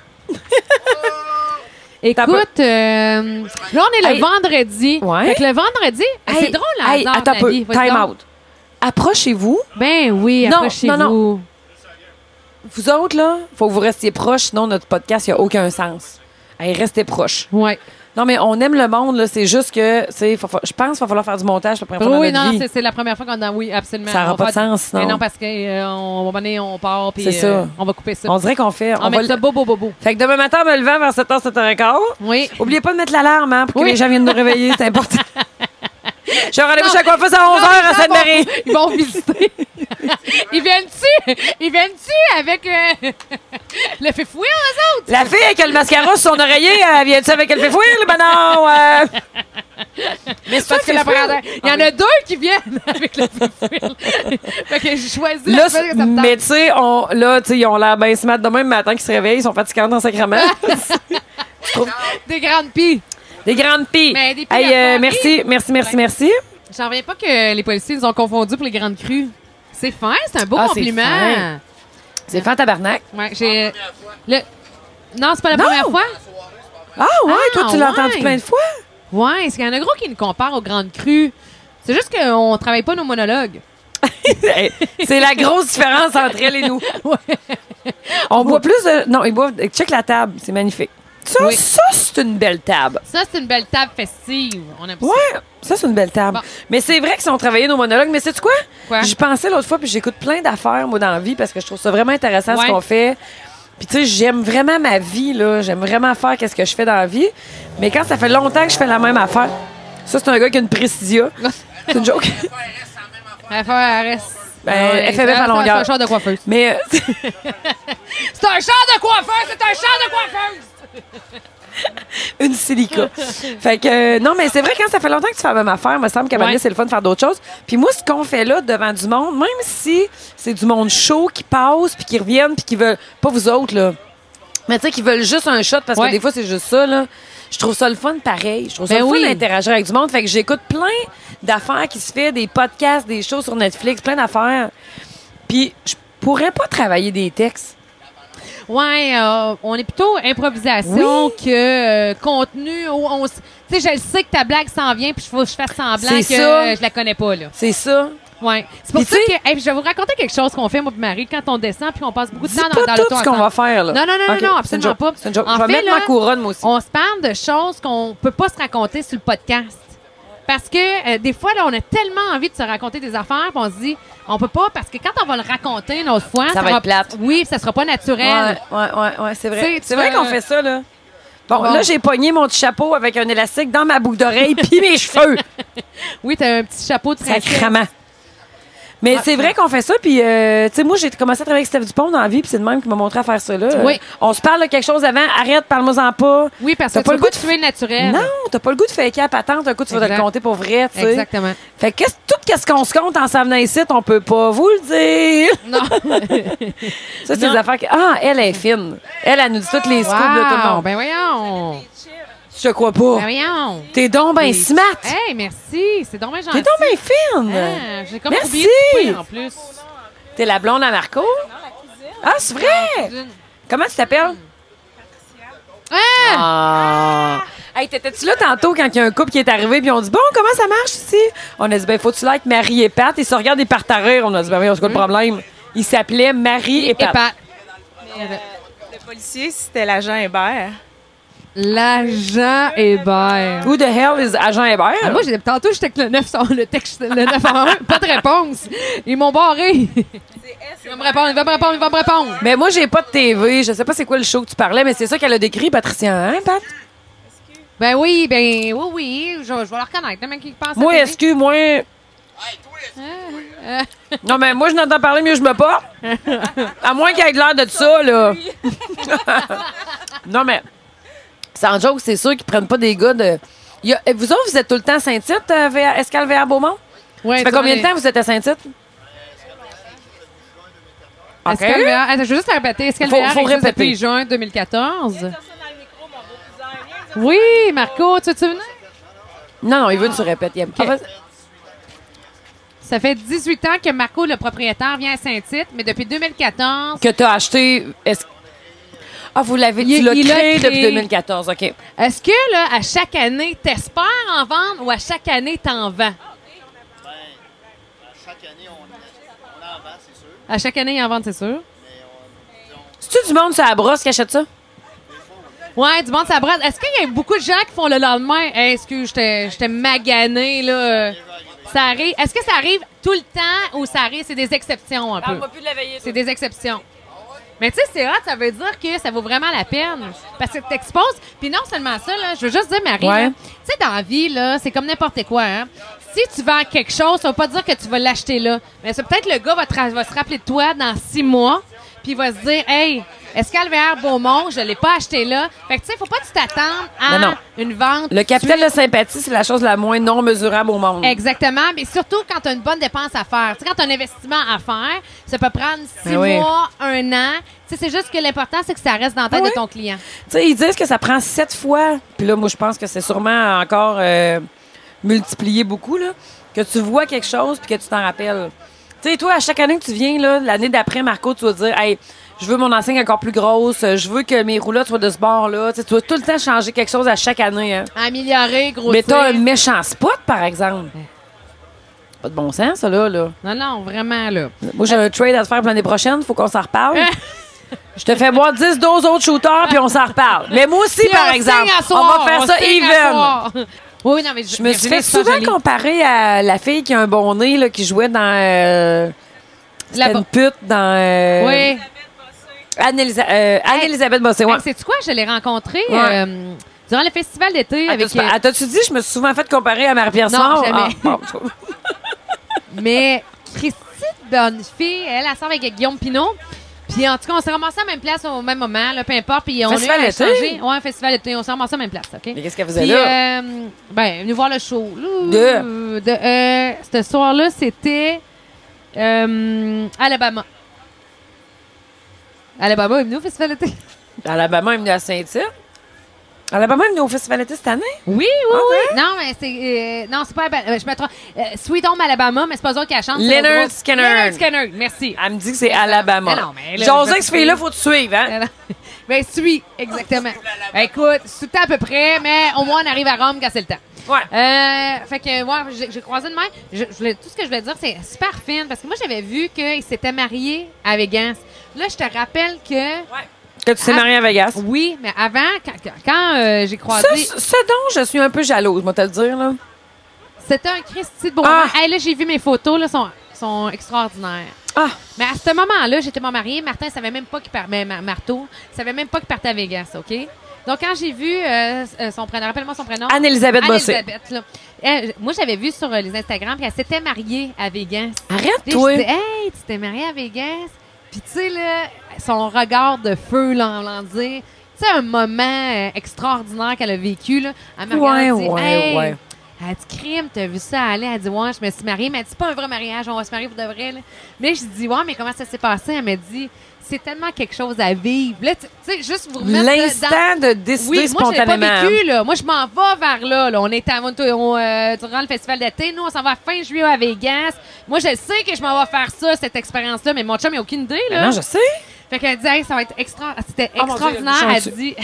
Écoute, là, on est le
Hey.
vendredi.
Ouais.
Fait que le vendredi, c'est drôle, le hasard de
attends
la
un peu.
vie. Vas-y
Time
donc.
out. Approchez-vous.
Ben oui,
Non,
après chez
non, non.
vous.
Vous autres, là, faut que vous restiez proches, sinon notre podcast, il n'y a aucun sens. Hey, restez proches.
Ouais.
Non, mais on aime le monde, là. C'est juste que, je pense qu'il va falloir faire du montage la première fois
Oui,
dans
non,
notre vie.
c'est la première fois qu'on a. Oui, absolument.
Ça n'aura
On
pas
va
de
faire-
sens, sinon.
Mais non, parce qu'on part, puis
C'est ça.
on va couper ça.
On dirait qu'on fait.
On
va
met ça beau.
Fait que demain matin, en me levant vers 7h, 7h15,
Oui.
oubliez pas de mettre l'alarme, hein, pour que
Oui.
les gens viennent nous réveiller. C'est important. J'ai un rendez-vous chez la coiffeuse à 11h à Sainte-Marie.
Ils vont visiter. Ils viennent-tu avec le fait fouiller, eux autres?
La fille avec le mascara sur son oreiller, elle vient-tu avec elle fait fouiller? Ben non! Mais c'est
Parce que la
première
première, il y en a deux qui viennent avec le fait fouiller. Fait que j'ai choisi
Là,
la seule que ça me tente.
mais tu sais, ils ont l'air bien smart de même matin qu'ils se réveillent, ils sont fatigants dans sacrement.
Des grandes pies.
Des grandes pilles.
Mais des pilles
Hey,
à
merci.
J'en reviens pas que les policiers nous ont confondus pour les grandes crues. C'est fin, c'est un beau
Ah, c'est
compliment.
fin. C'est fan tabarnak.
Ouais, Non, c'est pas la
Non.
première fois?
Ah ouais, toi, tu l'as entendu
ouais.
plein de fois?
Ouais, c'est qu'il y en a gros qui nous comparent aux grandes crues. C'est juste qu'on travaille pas nos monologues.
Hey, c'est la grosse différence entre elle et nous. On boit plus de... Non, ils boivent... Check la table, c'est magnifique. Ça,
Oui.
ça c'est une belle table.
Ça, c'est une belle table festive. On aime ça.
Ouais, ça, c'est une belle table.
Bon.
Mais c'est vrai que si on travaillait nos monologues, mais sais-tu quoi?
Quoi?
J'y pensais l'autre fois, puis j'écoute plein d'affaires, moi, dans la vie, parce que je trouve ça vraiment intéressant
Ouais.
ce qu'on fait. Puis, tu sais, j'aime vraiment ma vie, là. J'aime vraiment faire qu'est-ce que je fais dans la vie. Mais quand ça fait longtemps que je fais la même affaire, ça, c'est un gars qui a une Précision. C'est une joke.
FRS.
Ben, FMF à longueur.
C'est un char de coiffeuse.
Mais,
C'est un char de coiffeuse! C'est un char de coiffeuse!
une silica. Fait que, non, mais c'est vrai, quand ça fait longtemps que tu fais la même affaire, me semble qu'à un moment donné,
Ouais.
c'est le fun de faire d'autres choses. Puis moi, ce qu'on fait là, devant du monde, même si c'est du monde chaud qui passe, puis qui reviennent, puis qui veulent, pas vous autres, là, mais tu sais, qui veulent juste un shot, parce
Ouais.
que des fois, c'est juste ça, là. Je trouve ça le fun pareil. Je trouve ça
Ben
le fun
oui.
d'interagir avec du monde. Fait que j'écoute plein d'affaires qui se fait, des podcasts, des shows sur Netflix, plein d'affaires. Puis je pourrais pas travailler des textes.
Ouais, on est plutôt improvisation que contenu. Tu sais, je le sais que ta blague s'en vient, puis il faut que je fasse semblant
C'est
que
ça.
je la connais pas, là.
C'est ça.
Ouais. C'est pour
Puis
ça
tu
que.
sais-
Hey, je vais vous raconter quelque chose qu'on fait, moi et Marie, quand on descend, puis on passe beaucoup de
Dis
temps
pas
dans
tout
l'auto
ce qu'on va
ensemble.
faire, là.
Non, non, non,
Ok,
non,
c'est une
absolument
joke,
pas.
C'est une joke.
En
Je vais
fait,
mettre
là,
ma couronne, moi aussi.
On se parle de choses qu'on peut pas se raconter sur le podcast. Parce que des fois, là, on a tellement envie de se raconter des affaires, puis on se dit, on peut pas, parce que quand on va le raconter une autre fois,
Ça va être plate.
Oui, puis ça sera pas naturel.
Ouais, c'est vrai.
Tu sais,
C'est
tu
vrai
vas-
qu'on fait ça, là. Bon,
Bon.
là, j'ai pogné mon petit chapeau avec un élastique dans ma boucle d'oreille puis mes cheveux.
Oui, t'as un petit chapeau de princesse.
Sacrement. Mais c'est vrai qu'on fait ça, puis, tu sais, moi, j'ai commencé à travailler avec Steph Dupont dans la vie, puis c'est le même qui m'a montré à faire ça, là.
Oui.
On se parle de quelque chose avant, arrête, parle-moi-en pas.
Oui, parce que
T'as
tu
pas
peux
le
pas
goût de
tuer le naturel.
Non, t'as pas le goût de faker à patente, un coup, tu vas te le
Exact.
compter pour vrai, tu sais.
Exactement.
Fait que tout ce qu'on se compte en s'en venant ici, on peut pas vous le dire.
Non.
Ça, c'est des
Non.
affaires que... Ah, elle est fine. Elle nous dit toutes les scoops de tout le
Wow,
monde.
ben voyons.
Je te crois pas.
Ben voyons.
T'es donc ben smart.
Hey, merci. C'est donc bien gentil.
T'es donc bien fine.
Ah, j'ai comme
Merci.
oublié de couper en plus.
T'es la blonde à Marco? Ah, c'est vrai? Comment tu t'appelles?
Ah!
Ah! Hey, t'étais-tu là tantôt quand il y a un couple qui est arrivé puis on dit, bon, comment ça marche ici? On a dit, ben, faut-tu là être Marie et Pat? Ils se regardent et partent à rire. On a dit, ben oui, c'est quoi le problème? Il s'appelait Marie et
Et
Pat.
Pat.
Le policier, c'était l'agent Hébert.
L'agent Hébert.
Who the hell is Agent Hébert?
Ah, moi, tantôt, j'étais avec le 911, le texte, le 911, pas de réponse. Ils m'ont barré. Il va me répondre, il va me répondre, il va me répondre.
Mais moi, j'ai pas de TV. Je sais pas c'est quoi le show que tu parlais, mais c'est ça qu'elle a décrit, Patricia, hein, Pat?
Ben oui, oui, je vais le reconnaître. Le mec qui passe à
Moi,
la télé.
excuse-moi. Non, mais moi, je n'entends parler, mieux je me porte. À moins qu'il ait l'air de ça, là. Non, mais, sans joke, c'est sûr qu'ils prennent pas des gars de. Vous autres, vous êtes tout le temps à Saint-Tite, Escale VR Beaumont?
Ouais,
Ça fait combien de temps que vous êtes à Saint-Tite? OK.
Escalver, attends, je veux juste te répéter. Escalver
Faut
existe
répéter.
depuis juin 2014. Oui, Marco, tu veux venir?
Non, il veut que tu répètes. Il aime pas.
Ça fait 18 ans que Marco, le propriétaire, vient à Saint-Tite, mais depuis 2014,
Que tu as acheté. Ah, vous l'avez. Tu
Il
l'as
l'a
créé
créé.
depuis 2014. OK.
est-ce que, là, à chaque année, t'espères en vendre ou à chaque année, t'en vends?
Chaque année, on en vend, c'est sûr.
À chaque année, il en vend, c'est sûr.
C'est-tu du monde sur la brosse qui achète ça?
Ouais, du monde, ça brosse. Est-ce qu'il y a beaucoup de gens qui font le lendemain? Hey, excuse, j'étais magané, là. Ça arrive. Est-ce que ça arrive tout le temps ou ça arrive, c'est des exceptions un peu?
plus de la veillée.
C'est des exceptions. Mais tu sais, c'est hot, ça veut dire que ça vaut vraiment la peine. Parce que t'exposes. Puis non seulement ça, là, je veux juste dire, Marie,
Ouais.
là, tu sais, dans la vie, là, c'est comme n'importe quoi, hein. Si tu vends quelque chose, ça veut pas dire que tu vas l'acheter là. Mais c'est peut-être le gars va se rappeler de toi dans 6 mois, puis il va se dire, hey, Escale VR Beaumont, je l'ai pas acheté là. Fait que tu sais, faut pas que tu t'attendes à
Non.
une vente.
Le capital de sympathie, c'est la chose la moins non mesurable au monde.
Exactement, mais surtout quand tu as une bonne dépense à faire. Tu sais, quand tu as un investissement à faire, ça peut prendre 6
Ben oui.
mois, 1 an. Tu sais, c'est juste que l'important, c'est que ça reste dans la tête
Ah oui.
de ton client.
Tu sais, ils disent que ça prend 7 fois. Puis là, moi, je pense que c'est sûrement encore multiplié beaucoup, là, que tu vois quelque chose puis que tu t'en rappelles. Tu sais, toi, à chaque année que tu viens, là, l'année d'après, Marco, tu vas dire, hey, je veux mon enseigne encore plus grosse, je veux que mes roulottes soient de ce bord-là. Tu sais, tu vas tout le temps changer quelque chose à chaque année. Hein.
Améliorer, grossir.
Mais t'as un méchant spot, par exemple. Pas de bon sens, ça, là.
Non, non, vraiment, là.
Moi, j'ai un trade à te faire pour l'année prochaine. Faut qu'on s'en reparle. Je te fais boire 10-12 autres shooters, puis on s'en reparle. Mais moi aussi,
Puis
par
on
exemple,
signe à
on
soir,
va faire ça
signe à
even.
soir. Oui, non, mais
Je me suis fait souvent comparer à la fille qui a un bon nez, là, qui jouait dans... c'était
Là-bas.
une pute dans...
Oui.
Anne-Elisabeth Bossé. Ouais.
Sais-tu quoi? Je l'ai rencontrée
Ouais.
durant le festival d'été avec...
T'as-tu dit, je me suis souvent fait comparer à Marie-Pierre
Non,
Simard?
jamais.
Ah, bon,
Mais Christine, bonne fille, elle sort avec Guillaume Pinot. Puis en tout cas, on s'est ramassés à la même place au même moment, là, peu importe. Puis on
Festival
a
d'été?
échangé. Ouais, un festival d'été. On s'est ramassés à la même place, OK?
Mais qu'est-ce qu'elle faisait
Puis,
là?
venu voir le show.
De?
Ce soir-là, c'était Alabama. Alabama est venu au festival d'été.
Alabama est venue à Saint-Tite. Alabama est venue au festival d'été cette année?
Oui.
Ok.
Non, mais c'est... non, c'est pas... je me trompe. Sweet Home Alabama, mais c'est pas eux qui la chantent. c'est
Leonard
le groupe.
Skinner.
Leonard Skinner, merci.
Elle me dit que c'est Alabama.
Mais non, mais là,
J'osais
je
que ce fille-là, faut te suivre, hein?
Ben, suis, exactement. Écoute, c'est tout le temps à peu près, mais au moins, on arrive à Rome quand c'est le temps.
Ouais.
Fait que, ouais, j'ai croisé de même. Tout ce que je voulais dire, c'est super fine, parce que moi, j'avais vu qu'il s'était marié à Vegas. Là, je te rappelle que...
Que tu t'es mariée à Vegas.
Oui, mais avant, quand j'ai croisé...
Ce dont je suis un peu jalouse, moi, te le dire, là.
C'était un Christy de beau moment.
Ah!
Hey, là, j'ai vu mes photos, là, sont extraordinaires.
Ah!
Mais à ce moment-là, j'étais mon marié. Martin savait même pas qu'il partait. Marteau savait même pas qu'il partait à Vegas, OK? Donc, quand j'ai vu son prénom, rappelle-moi son prénom.
Anne-Elisabeth Bossé.
Anne-Elisabeth, là. Moi, j'avais vu sur les Instagram qu'elle s'était mariée à Vegas.
Arrête,
Puis
toi!
je disais, hey, tu t'es mariée à Vegas? Puis, tu sais, là, son regard de feu, là, en dire. Tu sais, un moment extraordinaire qu'elle a vécu, là. Elle m'a regardé, hey, elle dit, crime, t'as vu ça aller? Elle dit, ouais, je me suis mariée. Mais elle dit, c'est pas un vrai mariage, on va se marier pour de vrai, là. Mais je dis, ouais, mais comment ça s'est passé? Elle m'a dit, c'est tellement quelque chose à vivre. Là, tu sais, juste vous remettre
L'instant de décider
oui, moi, je l'ai
spontanément.
pas vécu, là. Moi, je m'en vais vers là, là. On est durant le festival d'été. Nous, on s'en va fin juillet à Vegas. Moi, je sais que je m'en vais faire ça, cette expérience-là, mais mon chum, il n'a aucune idée, là.
Ben non, je sais.
Fait qu'elle dit, hey, ça va être c'était
Oh, mon Dieu,
extraordinaire.
il y a
Elle
du
dit,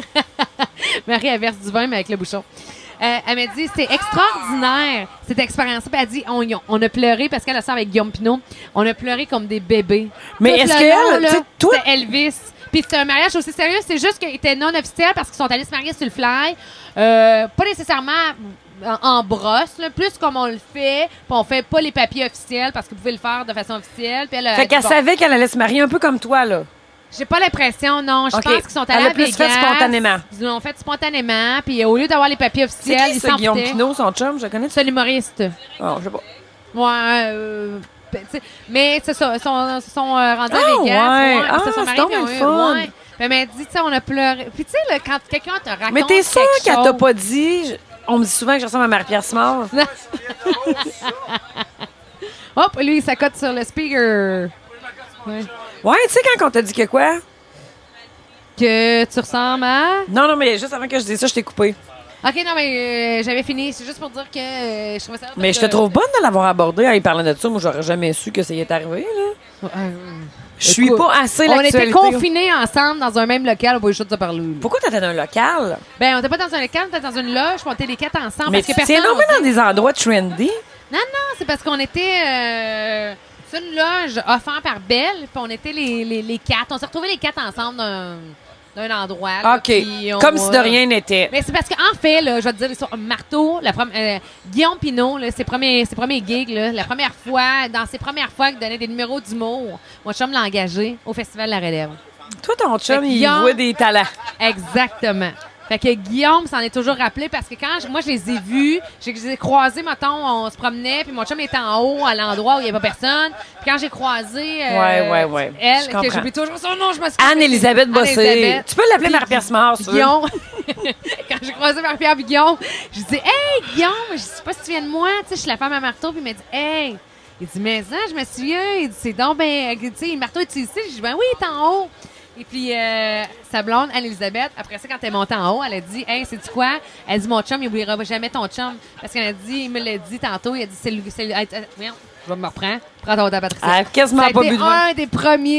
Marie, elle verse du vin, mais avec le bouchon. Elle m'a dit, c'est extraordinaire, cette expérience. Puis elle dit, on a pleuré parce qu'elle a ça avec Guillaume Pinot. On a pleuré comme des bébés.
Mais
Tout
est-ce
le
que,
long, là,
tu sais, toi-
c'était Elvis. Puis c'était un mariage aussi sérieux. C'est juste qu'il était non officiel parce qu'ils sont allés se marier sur le fly. Pas nécessairement en brosse, là, plus comme on le fait. Puis on fait pas les papiers officiels parce que vous pouvez le faire de façon officielle. Puis elle a
Fait
dit,
qu'elle
bon,
savait qu'elle allait se marier un peu comme toi, là.
j'ai pas l'impression, non. Je
OK.
pense qu'ils sont
Elle
allés
l'a
à
plus
Vegas.
fait spontanément.
Ils l'ont fait spontanément. Puis au lieu d'avoir les papiers
C'est
officiels,
qui,
ils
ça,
s'en
Guillaume
foutaient.
Pinot, son chum? Je connais?
C'est l'humoriste.
Oh, je sais pas.
Ouais. Ben, tu sais, mais c'est ça. Ils sont rendus
Ah,
à Vegas.
ouais.
Puis ils se
Ah,
sont
c'est
mariés.
donc
puis
bien le fun.
ouais. Puis elle m'a dit, tu sais, on a pleuré. Puis tu sais, là, quand quelqu'un te raconte
Mais t'es sûre
quelque
qu'elle t'a
chose-
pas dit... On me dit souvent que je ressemble à Marie-Pierre Simard.
Hop, lui, ça cote sur le speaker. Ouais.
Ouais, tu sais quand on t'a dit que quoi?
Que tu ressembles à...
Non, mais juste avant que je dise ça, je t'ai coupé.
OK, non, mais j'avais fini. C'est juste pour dire que je trouvais ça...
Mais je te trouve bonne de l'avoir abordé en y parlant de ça. Moi, j'aurais jamais su que ça y est arrivé, là. Je suis
Écoute,
pas assez
on était
l'actualité.
confinés ensemble dans un même local. On va juste te parler.
Pourquoi t'étais dans un local?
Ben, on était pas dans un local, on était dans une loge, puis on était les quatre ensemble.
Mais
parce que
tu
personne
tiens nommé
osait.
dans des endroits trendy.
Non, c'est parce qu'on était... c'est une loge offerte par Belle, puis on était les quatre. On s'est retrouvés les quatre ensemble d'un endroit. là,
OK.
puis on-
Comme si de rien n'était.
Mais c'est parce qu'en fait, là, je vais te dire l'histoire. Marteau, Guillaume Pinot, là, ses premiers gigs, là, la première fois, dans ses premières fois qu'il donnait des numéros d'humour, mon chum l'a engagé au Festival de la Relève.
Toi, ton chum,
Fait que
il
Guillaume-
voit des talents.
Exactement. Fait que Guillaume s'en est toujours rappelé parce que quand moi je les ai vus, je les ai croisés, mettons, on se promenait, puis mon chum était en haut à l'endroit où il n'y avait pas personne. Puis quand j'ai croisé
Ouais.
elle,
Je
que
comprends.
j'oublie toujours son nom, je me suis
Anne-Elisabeth Bossé.
Anne-Elisabeth.
Tu peux l'appeler
Puis
Marie-Pierre Simard, si tu veux.
Guillaume, quand j'ai croisé Marie-Pierre et Guillaume, je dis hey Guillaume, je sais pas si tu viens de moi, tu sais, je suis la femme à Marteau, puis il m'a dit hey, il dit mais ça, je me souviens, il dit c'est donc ben, tu sais, Marteau est ici, je dis ben oui, il est en haut. Et puis sa blonde Anne-Elisabeth, après ça quand elle est montée en haut, elle a dit hey, sais-tu quoi? Elle dit mon chum, il oubliera jamais ton chum parce qu'elle a dit, il me l'a dit tantôt, il a dit c'est merde, je vais me reprendre. Prends ton temps, Patricia.
Elle a quasiment
Ça a
pas
été
bu de vin.
un des premiers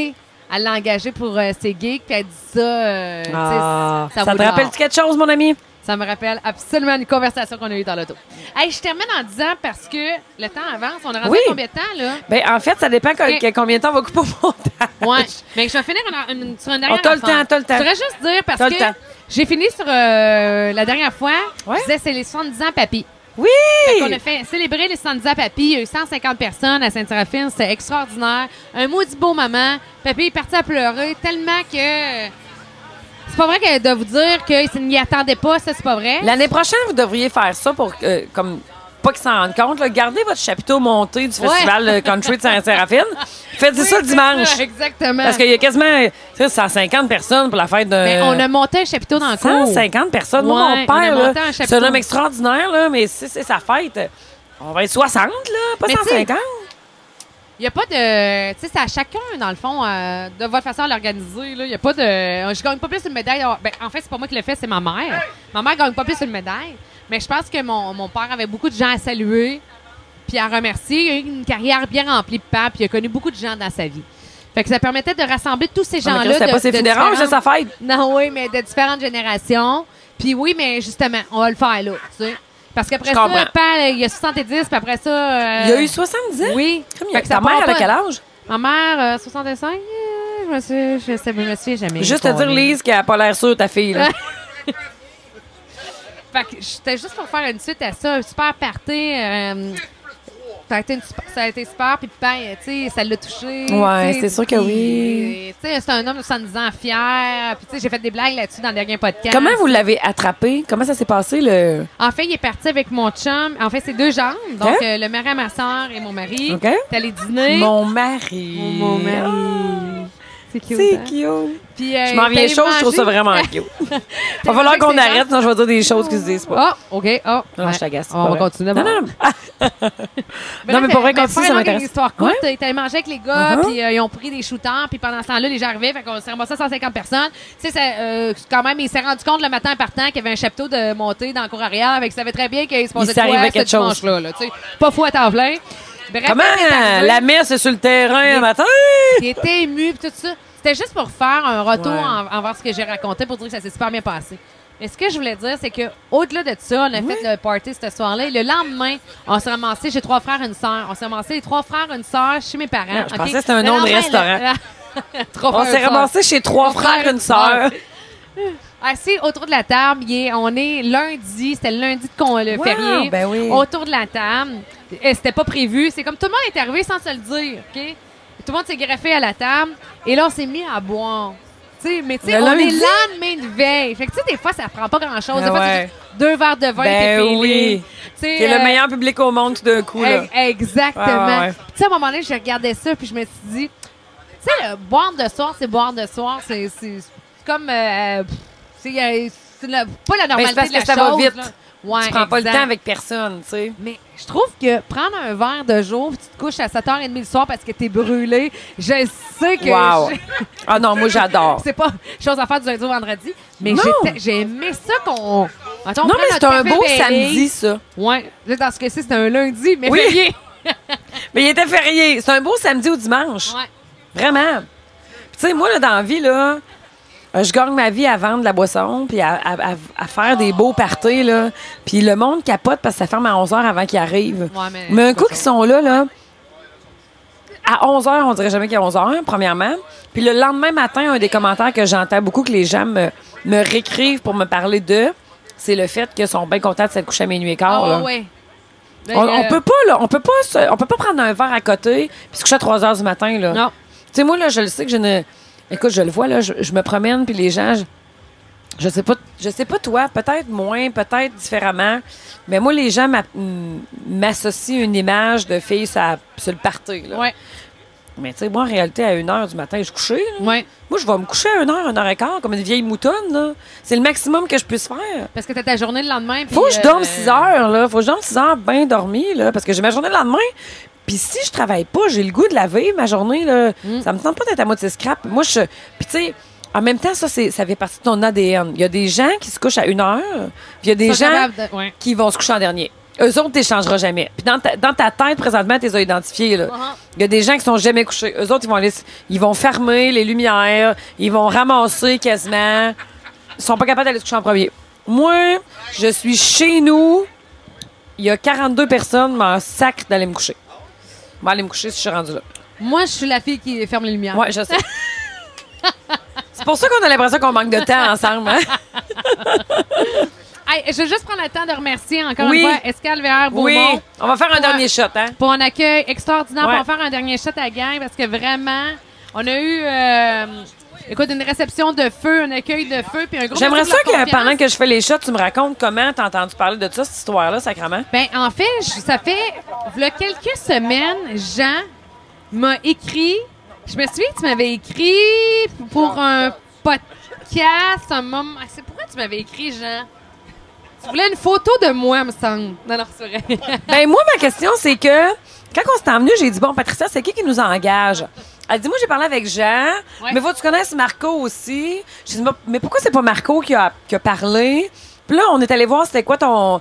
Elle l'a engagé pour ses gigs, puis elle dit ça. Tu sais,
Ça
vaut
te
de l'or.
rappelle-tu quelque chose, mon ami?
Ça me rappelle absolument une conversation qu'on a eue dans l'auto. Hey, je termine en disant parce que le temps avance. On a rendu
Oui.
combien de temps, là?
Ben, en fait, ça dépend combien de temps on va couper au montage.
Ouais. Mais je vais finir sur une dernière
Oh, t'as le
affaire.
temps, t'as le temps.
Je voudrais juste dire, parce
T'as le
que
temps.
j'ai fini sur la dernière fois,
Ouais.
je disais c'est les 70 ans papy.
Oui!
On a fait célébrer les 70 ans papy. Il y a eu 150 personnes à Sainte-Séraphine. C'était extraordinaire. Un maudit beau moment. Papy est parti à pleurer tellement que... C'est pas vrai que de vous dire qu'il n'y attendait pas, ça, c'est pas vrai.
L'année prochaine, vous devriez faire ça pour, comme, pas qu'ils s'en rendent compte, là. Gardez votre chapiteau monté du festival Country de Saint-Séraphine. Faites ça le dimanche.
Ça, exactement.
Parce qu'il y a quasiment 150 personnes pour la fête de...
Mais on a monté un chapiteau dans le cours.
150 personnes. Moi,
Ouais,
mon
on
père,
a
là,
monté un
c'est
chapiteau.
un homme extraordinaire, là, mais si c'est sa fête, on va être 60, là, pas
Mais
150.
Il n'y a pas de... Tu sais, c'est à chacun, dans le fond, de votre façon à l'organiser. Il n'y a pas de... Je gagne pas plus une médaille. Ben, en fait, c'est pas moi qui le fais, c'est ma mère. Ma mère gagne pas plus une médaille. Mais je pense que mon père avait beaucoup de gens à saluer puis à remercier. Il a eu une carrière bien remplie de pape, puis il a connu beaucoup de gens dans sa vie. Fait que ça permettait de rassembler tous ces
Non, mais
gens-là.
c'était pas ses funérailles, c'est sa fête.
Non, oui, mais de différentes générations. Puis oui, mais justement, on va le faire là, tu sais. Parce qu'après
Je
ça,
comprends.
Pal, il y a 70, puis après ça...
Il y a eu 70 ans?
Oui.
Fait que ta mère, elle a quel âge?
Ma mère, 65, je me suis jamais.
Juste te dire, Lise, qu'elle n'a pas l'air sûre, ta fille, là.
Fait que c'était juste pour faire une suite à ça, un super party. Ça a été super, puis pareil, tu sais, ça l'a touché.
Ouais,
tu sais,
c'est sûr que
puis,
oui.
Tu sais, c'est un homme de 70 ans fier, puis tu sais, j'ai fait des blagues là-dessus dans le dernier podcast.
Comment vous l'avez attrapé? Comment ça s'est passé, le...
En fait, il est parti avec mon chum. En fait, c'est deux jambes. Donc,
Hein?
le mari à ma soeur et mon mari.
OK.
T'es allé dîner.
Mon mari.
Mon mari. C'est cute.
C'est
hein?
cute.
Puis,
Je m'en viens chaud, je trouve ça vraiment cute. Va falloir qu'on arrête, sinon je vais dire des choses qui se disent pas.
Oh, OK. Oh.
Non, je t'agace. c'est
On
pas
va
vrai.
continuer.
Non, non, non. Non, mais pour vrai, continue, ça m'intéresse.
Une histoire courte,
Ouais.
ils étaient allés manger avec les gars,
Uh-huh.
puis ils ont pris des shooters, puis pendant ce temps-là, les gens arrivaient, fait qu'on s'est ramassé à 150 personnes. Tu sais, quand même, il s'est rendu compte le matin en partant qu'il y avait un chapiteau de montée dans le cour arrière, fait qu'il savait très bien qu'il se passait
Il s'est arrivé
quoi,
quelque
ce
chose.
dimanche-là, là, tu sais. Pas fou à temps plein. Bref,
Comment?
quand il est arrivé,
La messe est sur le terrain un matin?
il était ému, puis tout ça. C'était juste pour faire un retour
Ouais.
envers ce que j'ai raconté pour dire que ça s'est super bien passé. Mais ce que je voulais dire, c'est que au-delà de ça, on a fait le party ce soir-là. Et le lendemain, on s'est ramassé, j'ai 3 frères et une sœur. On s'est ramassé les 3 frères et une sœur chez mes parents.
Non, je
OK?
pensais que c'était un
Le
nom de
lendemain,
restaurant.
Trois
On
frères et
s'est
une sœur.
ramassé chez 3 frères et une sœur.
Assis autour de la table, on est lundi, c'était le lundi de le
Wow,
férié.
ben oui.
Autour de la table. Et c'était pas prévu. C'est comme tout le monde est arrivé sans se le dire, OK? Tout le monde s'est greffé à la table. Et là, on s'est mis à boire. T'sais, mais tu sais,
Le
on est
lundi?
lendemain de veille. Fait que tu sais, des fois, ça prend pas grand-chose. Des
Ah
fois,
ouais.
c'est juste 2 verres de vin,
Ben
t'es fêlé.
oui.
T'sais,
T'es le meilleur public au monde tout d'un coup, là.
Exactement.
Ouais, ouais, ouais.
Puis, tu sais, à un moment donné, je regardais ça, puis je me suis dit, tu sais, boire de soir, c'est boire de soir. C'est comme. C'est pas la normalité
parce
de la
que ça va
chose,
vite.
là. Ouais,
Tu prends pas le
exact.
temps avec personne, tu sais.
Mais je trouve que prendre un verre de jour, puis tu te couches à 7h30 le soir parce que t'es brûlé, je sais que.
Wow. Ah non, moi, j'adore.
C'est pas chose à faire du lundi au vendredi, mais
Non.
j'ai aimé ça qu'on. Attends, on
Non,
prend
mais c'est
notre
un
café
beau
Baileys.
samedi, ça.
Ouais. Là, dans ce cas-ci, c'était un lundi, mais
Oui.
férié.
Mais il était férié. C'est un beau samedi ou dimanche.
Ouais.
Vraiment. Puis tu sais, moi, là, dans la vie, là, je gagne ma vie à vendre de la boisson puis à faire des beaux parties, là. Puis le monde capote parce que ça ferme à 11h avant qu'ils arrivent.
Ouais,
mais un
c'est
coup
pas
qu'ils
ça.
sont là, à 11h, on dirait jamais qu'il est 11h, premièrement. Puis le lendemain matin, un des commentaires que j'entends beaucoup que les gens me réécrivent pour me parler d'eux, c'est le fait qu'ils sont bien contents de s'être couchés à minuit et quart, là.
Ah, ouais.
On peut pas, là. On peut pas prendre un verre à côté puis se coucher à 3h du matin, là.
Non.
Tu sais, moi, là, je le sais que je ne. Écoute, je le vois, là, je me promène, puis les gens, je sais pas toi, peut-être moins, peut-être différemment, mais moi, les gens m'associent une image de fille sur le party, là.
Ouais.
Mais tu sais, moi, en réalité, à 1h du matin, je suis couchée, là.
Ouais.
Moi, je vais me coucher à 1h, 1h15, comme une vieille moutonne, là. C'est le maximum que je puisse faire.
Parce que t'as ta journée le lendemain.
Faut que je dorme 6 heures, là. Faut que je dorme 6 heures bien dormi, là, parce que j'ai ma journée le lendemain. Puis si je travaille pas, j'ai le goût de la vivre, ma journée, là. Ça me tente pas d'être à moitié scrap. Moi, Puis tu sais, en même temps, ça fait partie de ton ADN. Il y a des gens qui se couchent à 1h, puis il y a des gens
Ouais.
qui vont se coucher en dernier. eux autres, t'échangeras jamais. Puis dans ta tête, présentement, t'es identifiés, là. Il y a des gens qui sont jamais couchés. Eux autres, ils vont fermer les lumières, ils vont ramasser quasiment. Ils sont pas capables d'aller se coucher en premier. Moi, je suis chez nous. Il y a 42 personnes, m'en sacre d'aller me coucher. Je vais aller me coucher si je suis rendue là.
Moi, je suis la fille qui ferme les lumières.
Ouais, je sais. C'est pour ça qu'on a l'impression qu'on manque de temps ensemble, hein?
Hey, je veux juste prendre le temps de remercier encore
Oui.
une fois Escale VR Beaumont.
Oui, on va faire un dernier shot, hein?
Pour un accueil extraordinaire.
Ouais.
On va faire un dernier shot à la gang parce que vraiment, on a eu écoute, une réception de feu, un accueil de feu, puis un gros
J'aimerais
merci
ça
de leur
que
confiance.
pendant que je fais les shots, tu me racontes comment t'as entendu parler de ça, cette histoire-là, sacrément.
Ben, en fait, ça fait il y a quelques semaines, Jean m'a écrit. Je me souviens que tu m'avais écrit pour un podcast, un moment. C'est pourquoi tu m'avais écrit, Jean? Tu voulais une photo de moi, me semble. Non, c'est vrai.
Ben moi, ma question, c'est que quand on s'est emmenés, j'ai dit, bon, Patricia, c'est qui nous engage? Elle dit, moi, j'ai parlé avec Jean,
Ouais.
mais faut que tu connaisses Marco aussi. J'ai dit, mais pourquoi c'est pas Marco qui a parlé? Puis là, on est allé voir c'était quoi ton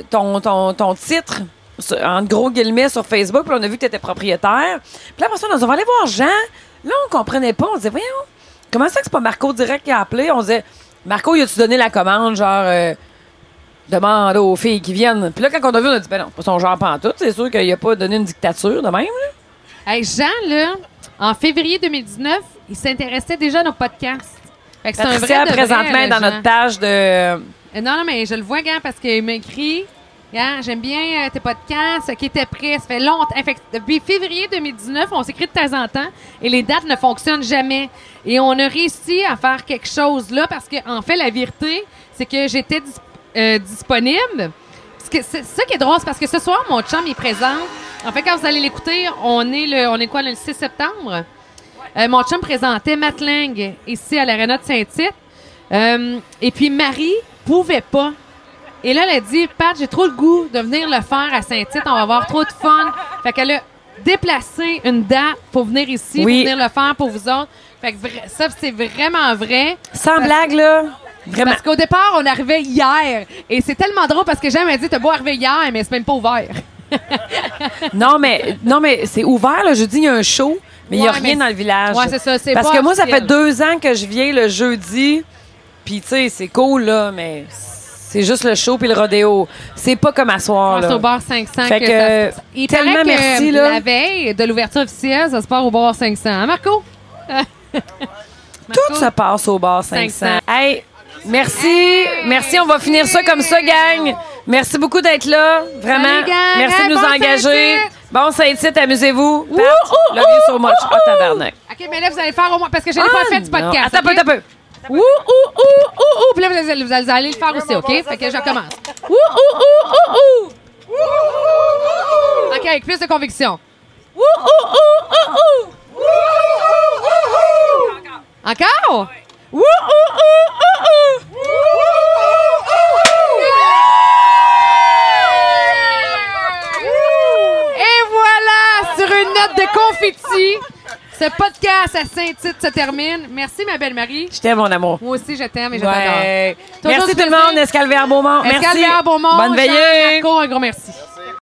titre, en gros guillemets, sur Facebook, puis on a vu que tu étais propriétaire. Puis là, après ça, on a dit, on va aller voir Jean. Là, on comprenait pas. On disait, voyons, comment ça que c'est pas Marco direct qui a appelé? On disait, Marco, il a-tu donné la commande, genre... demande aux filles qui viennent. Puis là, quand on a vu, on a dit, ben non, pas son genre pantoute. C'est sûr qu'il a pas donné une dictature de même, là.
Hey, Jean, là, en février 2019, il s'intéressait déjà à nos podcasts. Fait que c'est un
Patricia,
vrai de
présentement,
vrai,
dans
Jean.
notre page de...
Non, mais je le vois, gars, parce qu'il m'écrit. Gars, j'aime bien tes podcasts qui étaient prêts. Ça fait longtemps. Fait que depuis février 2019, on s'écrit de temps en temps et les dates ne fonctionnent jamais. Et on a réussi à faire quelque chose là parce que, en fait, la vérité, c'est que j'étais disponible. Parce que c'est ça qui est drôle, c'est parce que ce soir, mon chum est présent. En fait, quand vous allez l'écouter, on est quoi, le 6 septembre? Mon chum présentait Matt Lang ici à l'Arena de Saint-Tite. Et puis Marie pouvait pas. Et là, elle a dit, Pat, j'ai trop le goût de venir le faire à Saint-Tite. On va avoir trop de fun. Fait qu'elle a déplacé une date pour venir ici,
Oui.
pour venir le faire pour vous autres. Fait que ça, c'est vraiment vrai.
Sans blague, là. Vraiment.
Parce qu'au départ, on arrivait hier. Et c'est tellement drôle parce que Jean m'a dit, t'as beau arriver hier, mais c'est même pas ouvert.
Non, mais c'est ouvert, là. Je dis, il y a un show, mais il n'y a
Ouais,
rien
mais
dans le village.
Ouais, c'est ça. C'est
Parce
pas
que moi, ça fait
officiel.
2 ans que je viens le jeudi. Puis, tu sais, c'est cool, là, mais c'est juste le show puis le rodéo. C'est pas comme à soir,
Ouais,
là.
c'est au bar 500
Fait
que
que,
ça se passe. Il
tellement
paraît que
merci, là.
la veille de l'ouverture officielle, ça se part au bar 500. Hein, Marco?
Tout se passe au bar 500. Hey, merci. Merci, on va finir ça comme ça, gang. Merci beaucoup d'être là. Vraiment.
Salut, gang.
Merci
Hey,
de nous
bon
engager.
Saint-Tite.
Bon Saint-Tite, amusez-vous. Pat, love you so much. Oh, tabarnak.
OK, mais là, vous allez faire au moins... Parce que je n'ai pas fait du
non.
podcast.
Attends
OK?
un peu.
Ouh. Puis là, vous allez le faire aussi, OK? Fait que je recommence. Ouh. OK, avec plus de conviction. Ouh. Encore? Ouh. Et voilà, sur une note de confetti, ce podcast à Saint-Tite se termine. Merci, ma belle Marie.
Je t'aime, mon amour.
Moi aussi, je t'aime et je t'adore.
Ouais.
Toujours
Merci
du
tout le
plaisir.
monde. Escalver Beaumont. Merci.
Escale Beaumont,
Bonne veillée.
Jean Marco, un gros merci.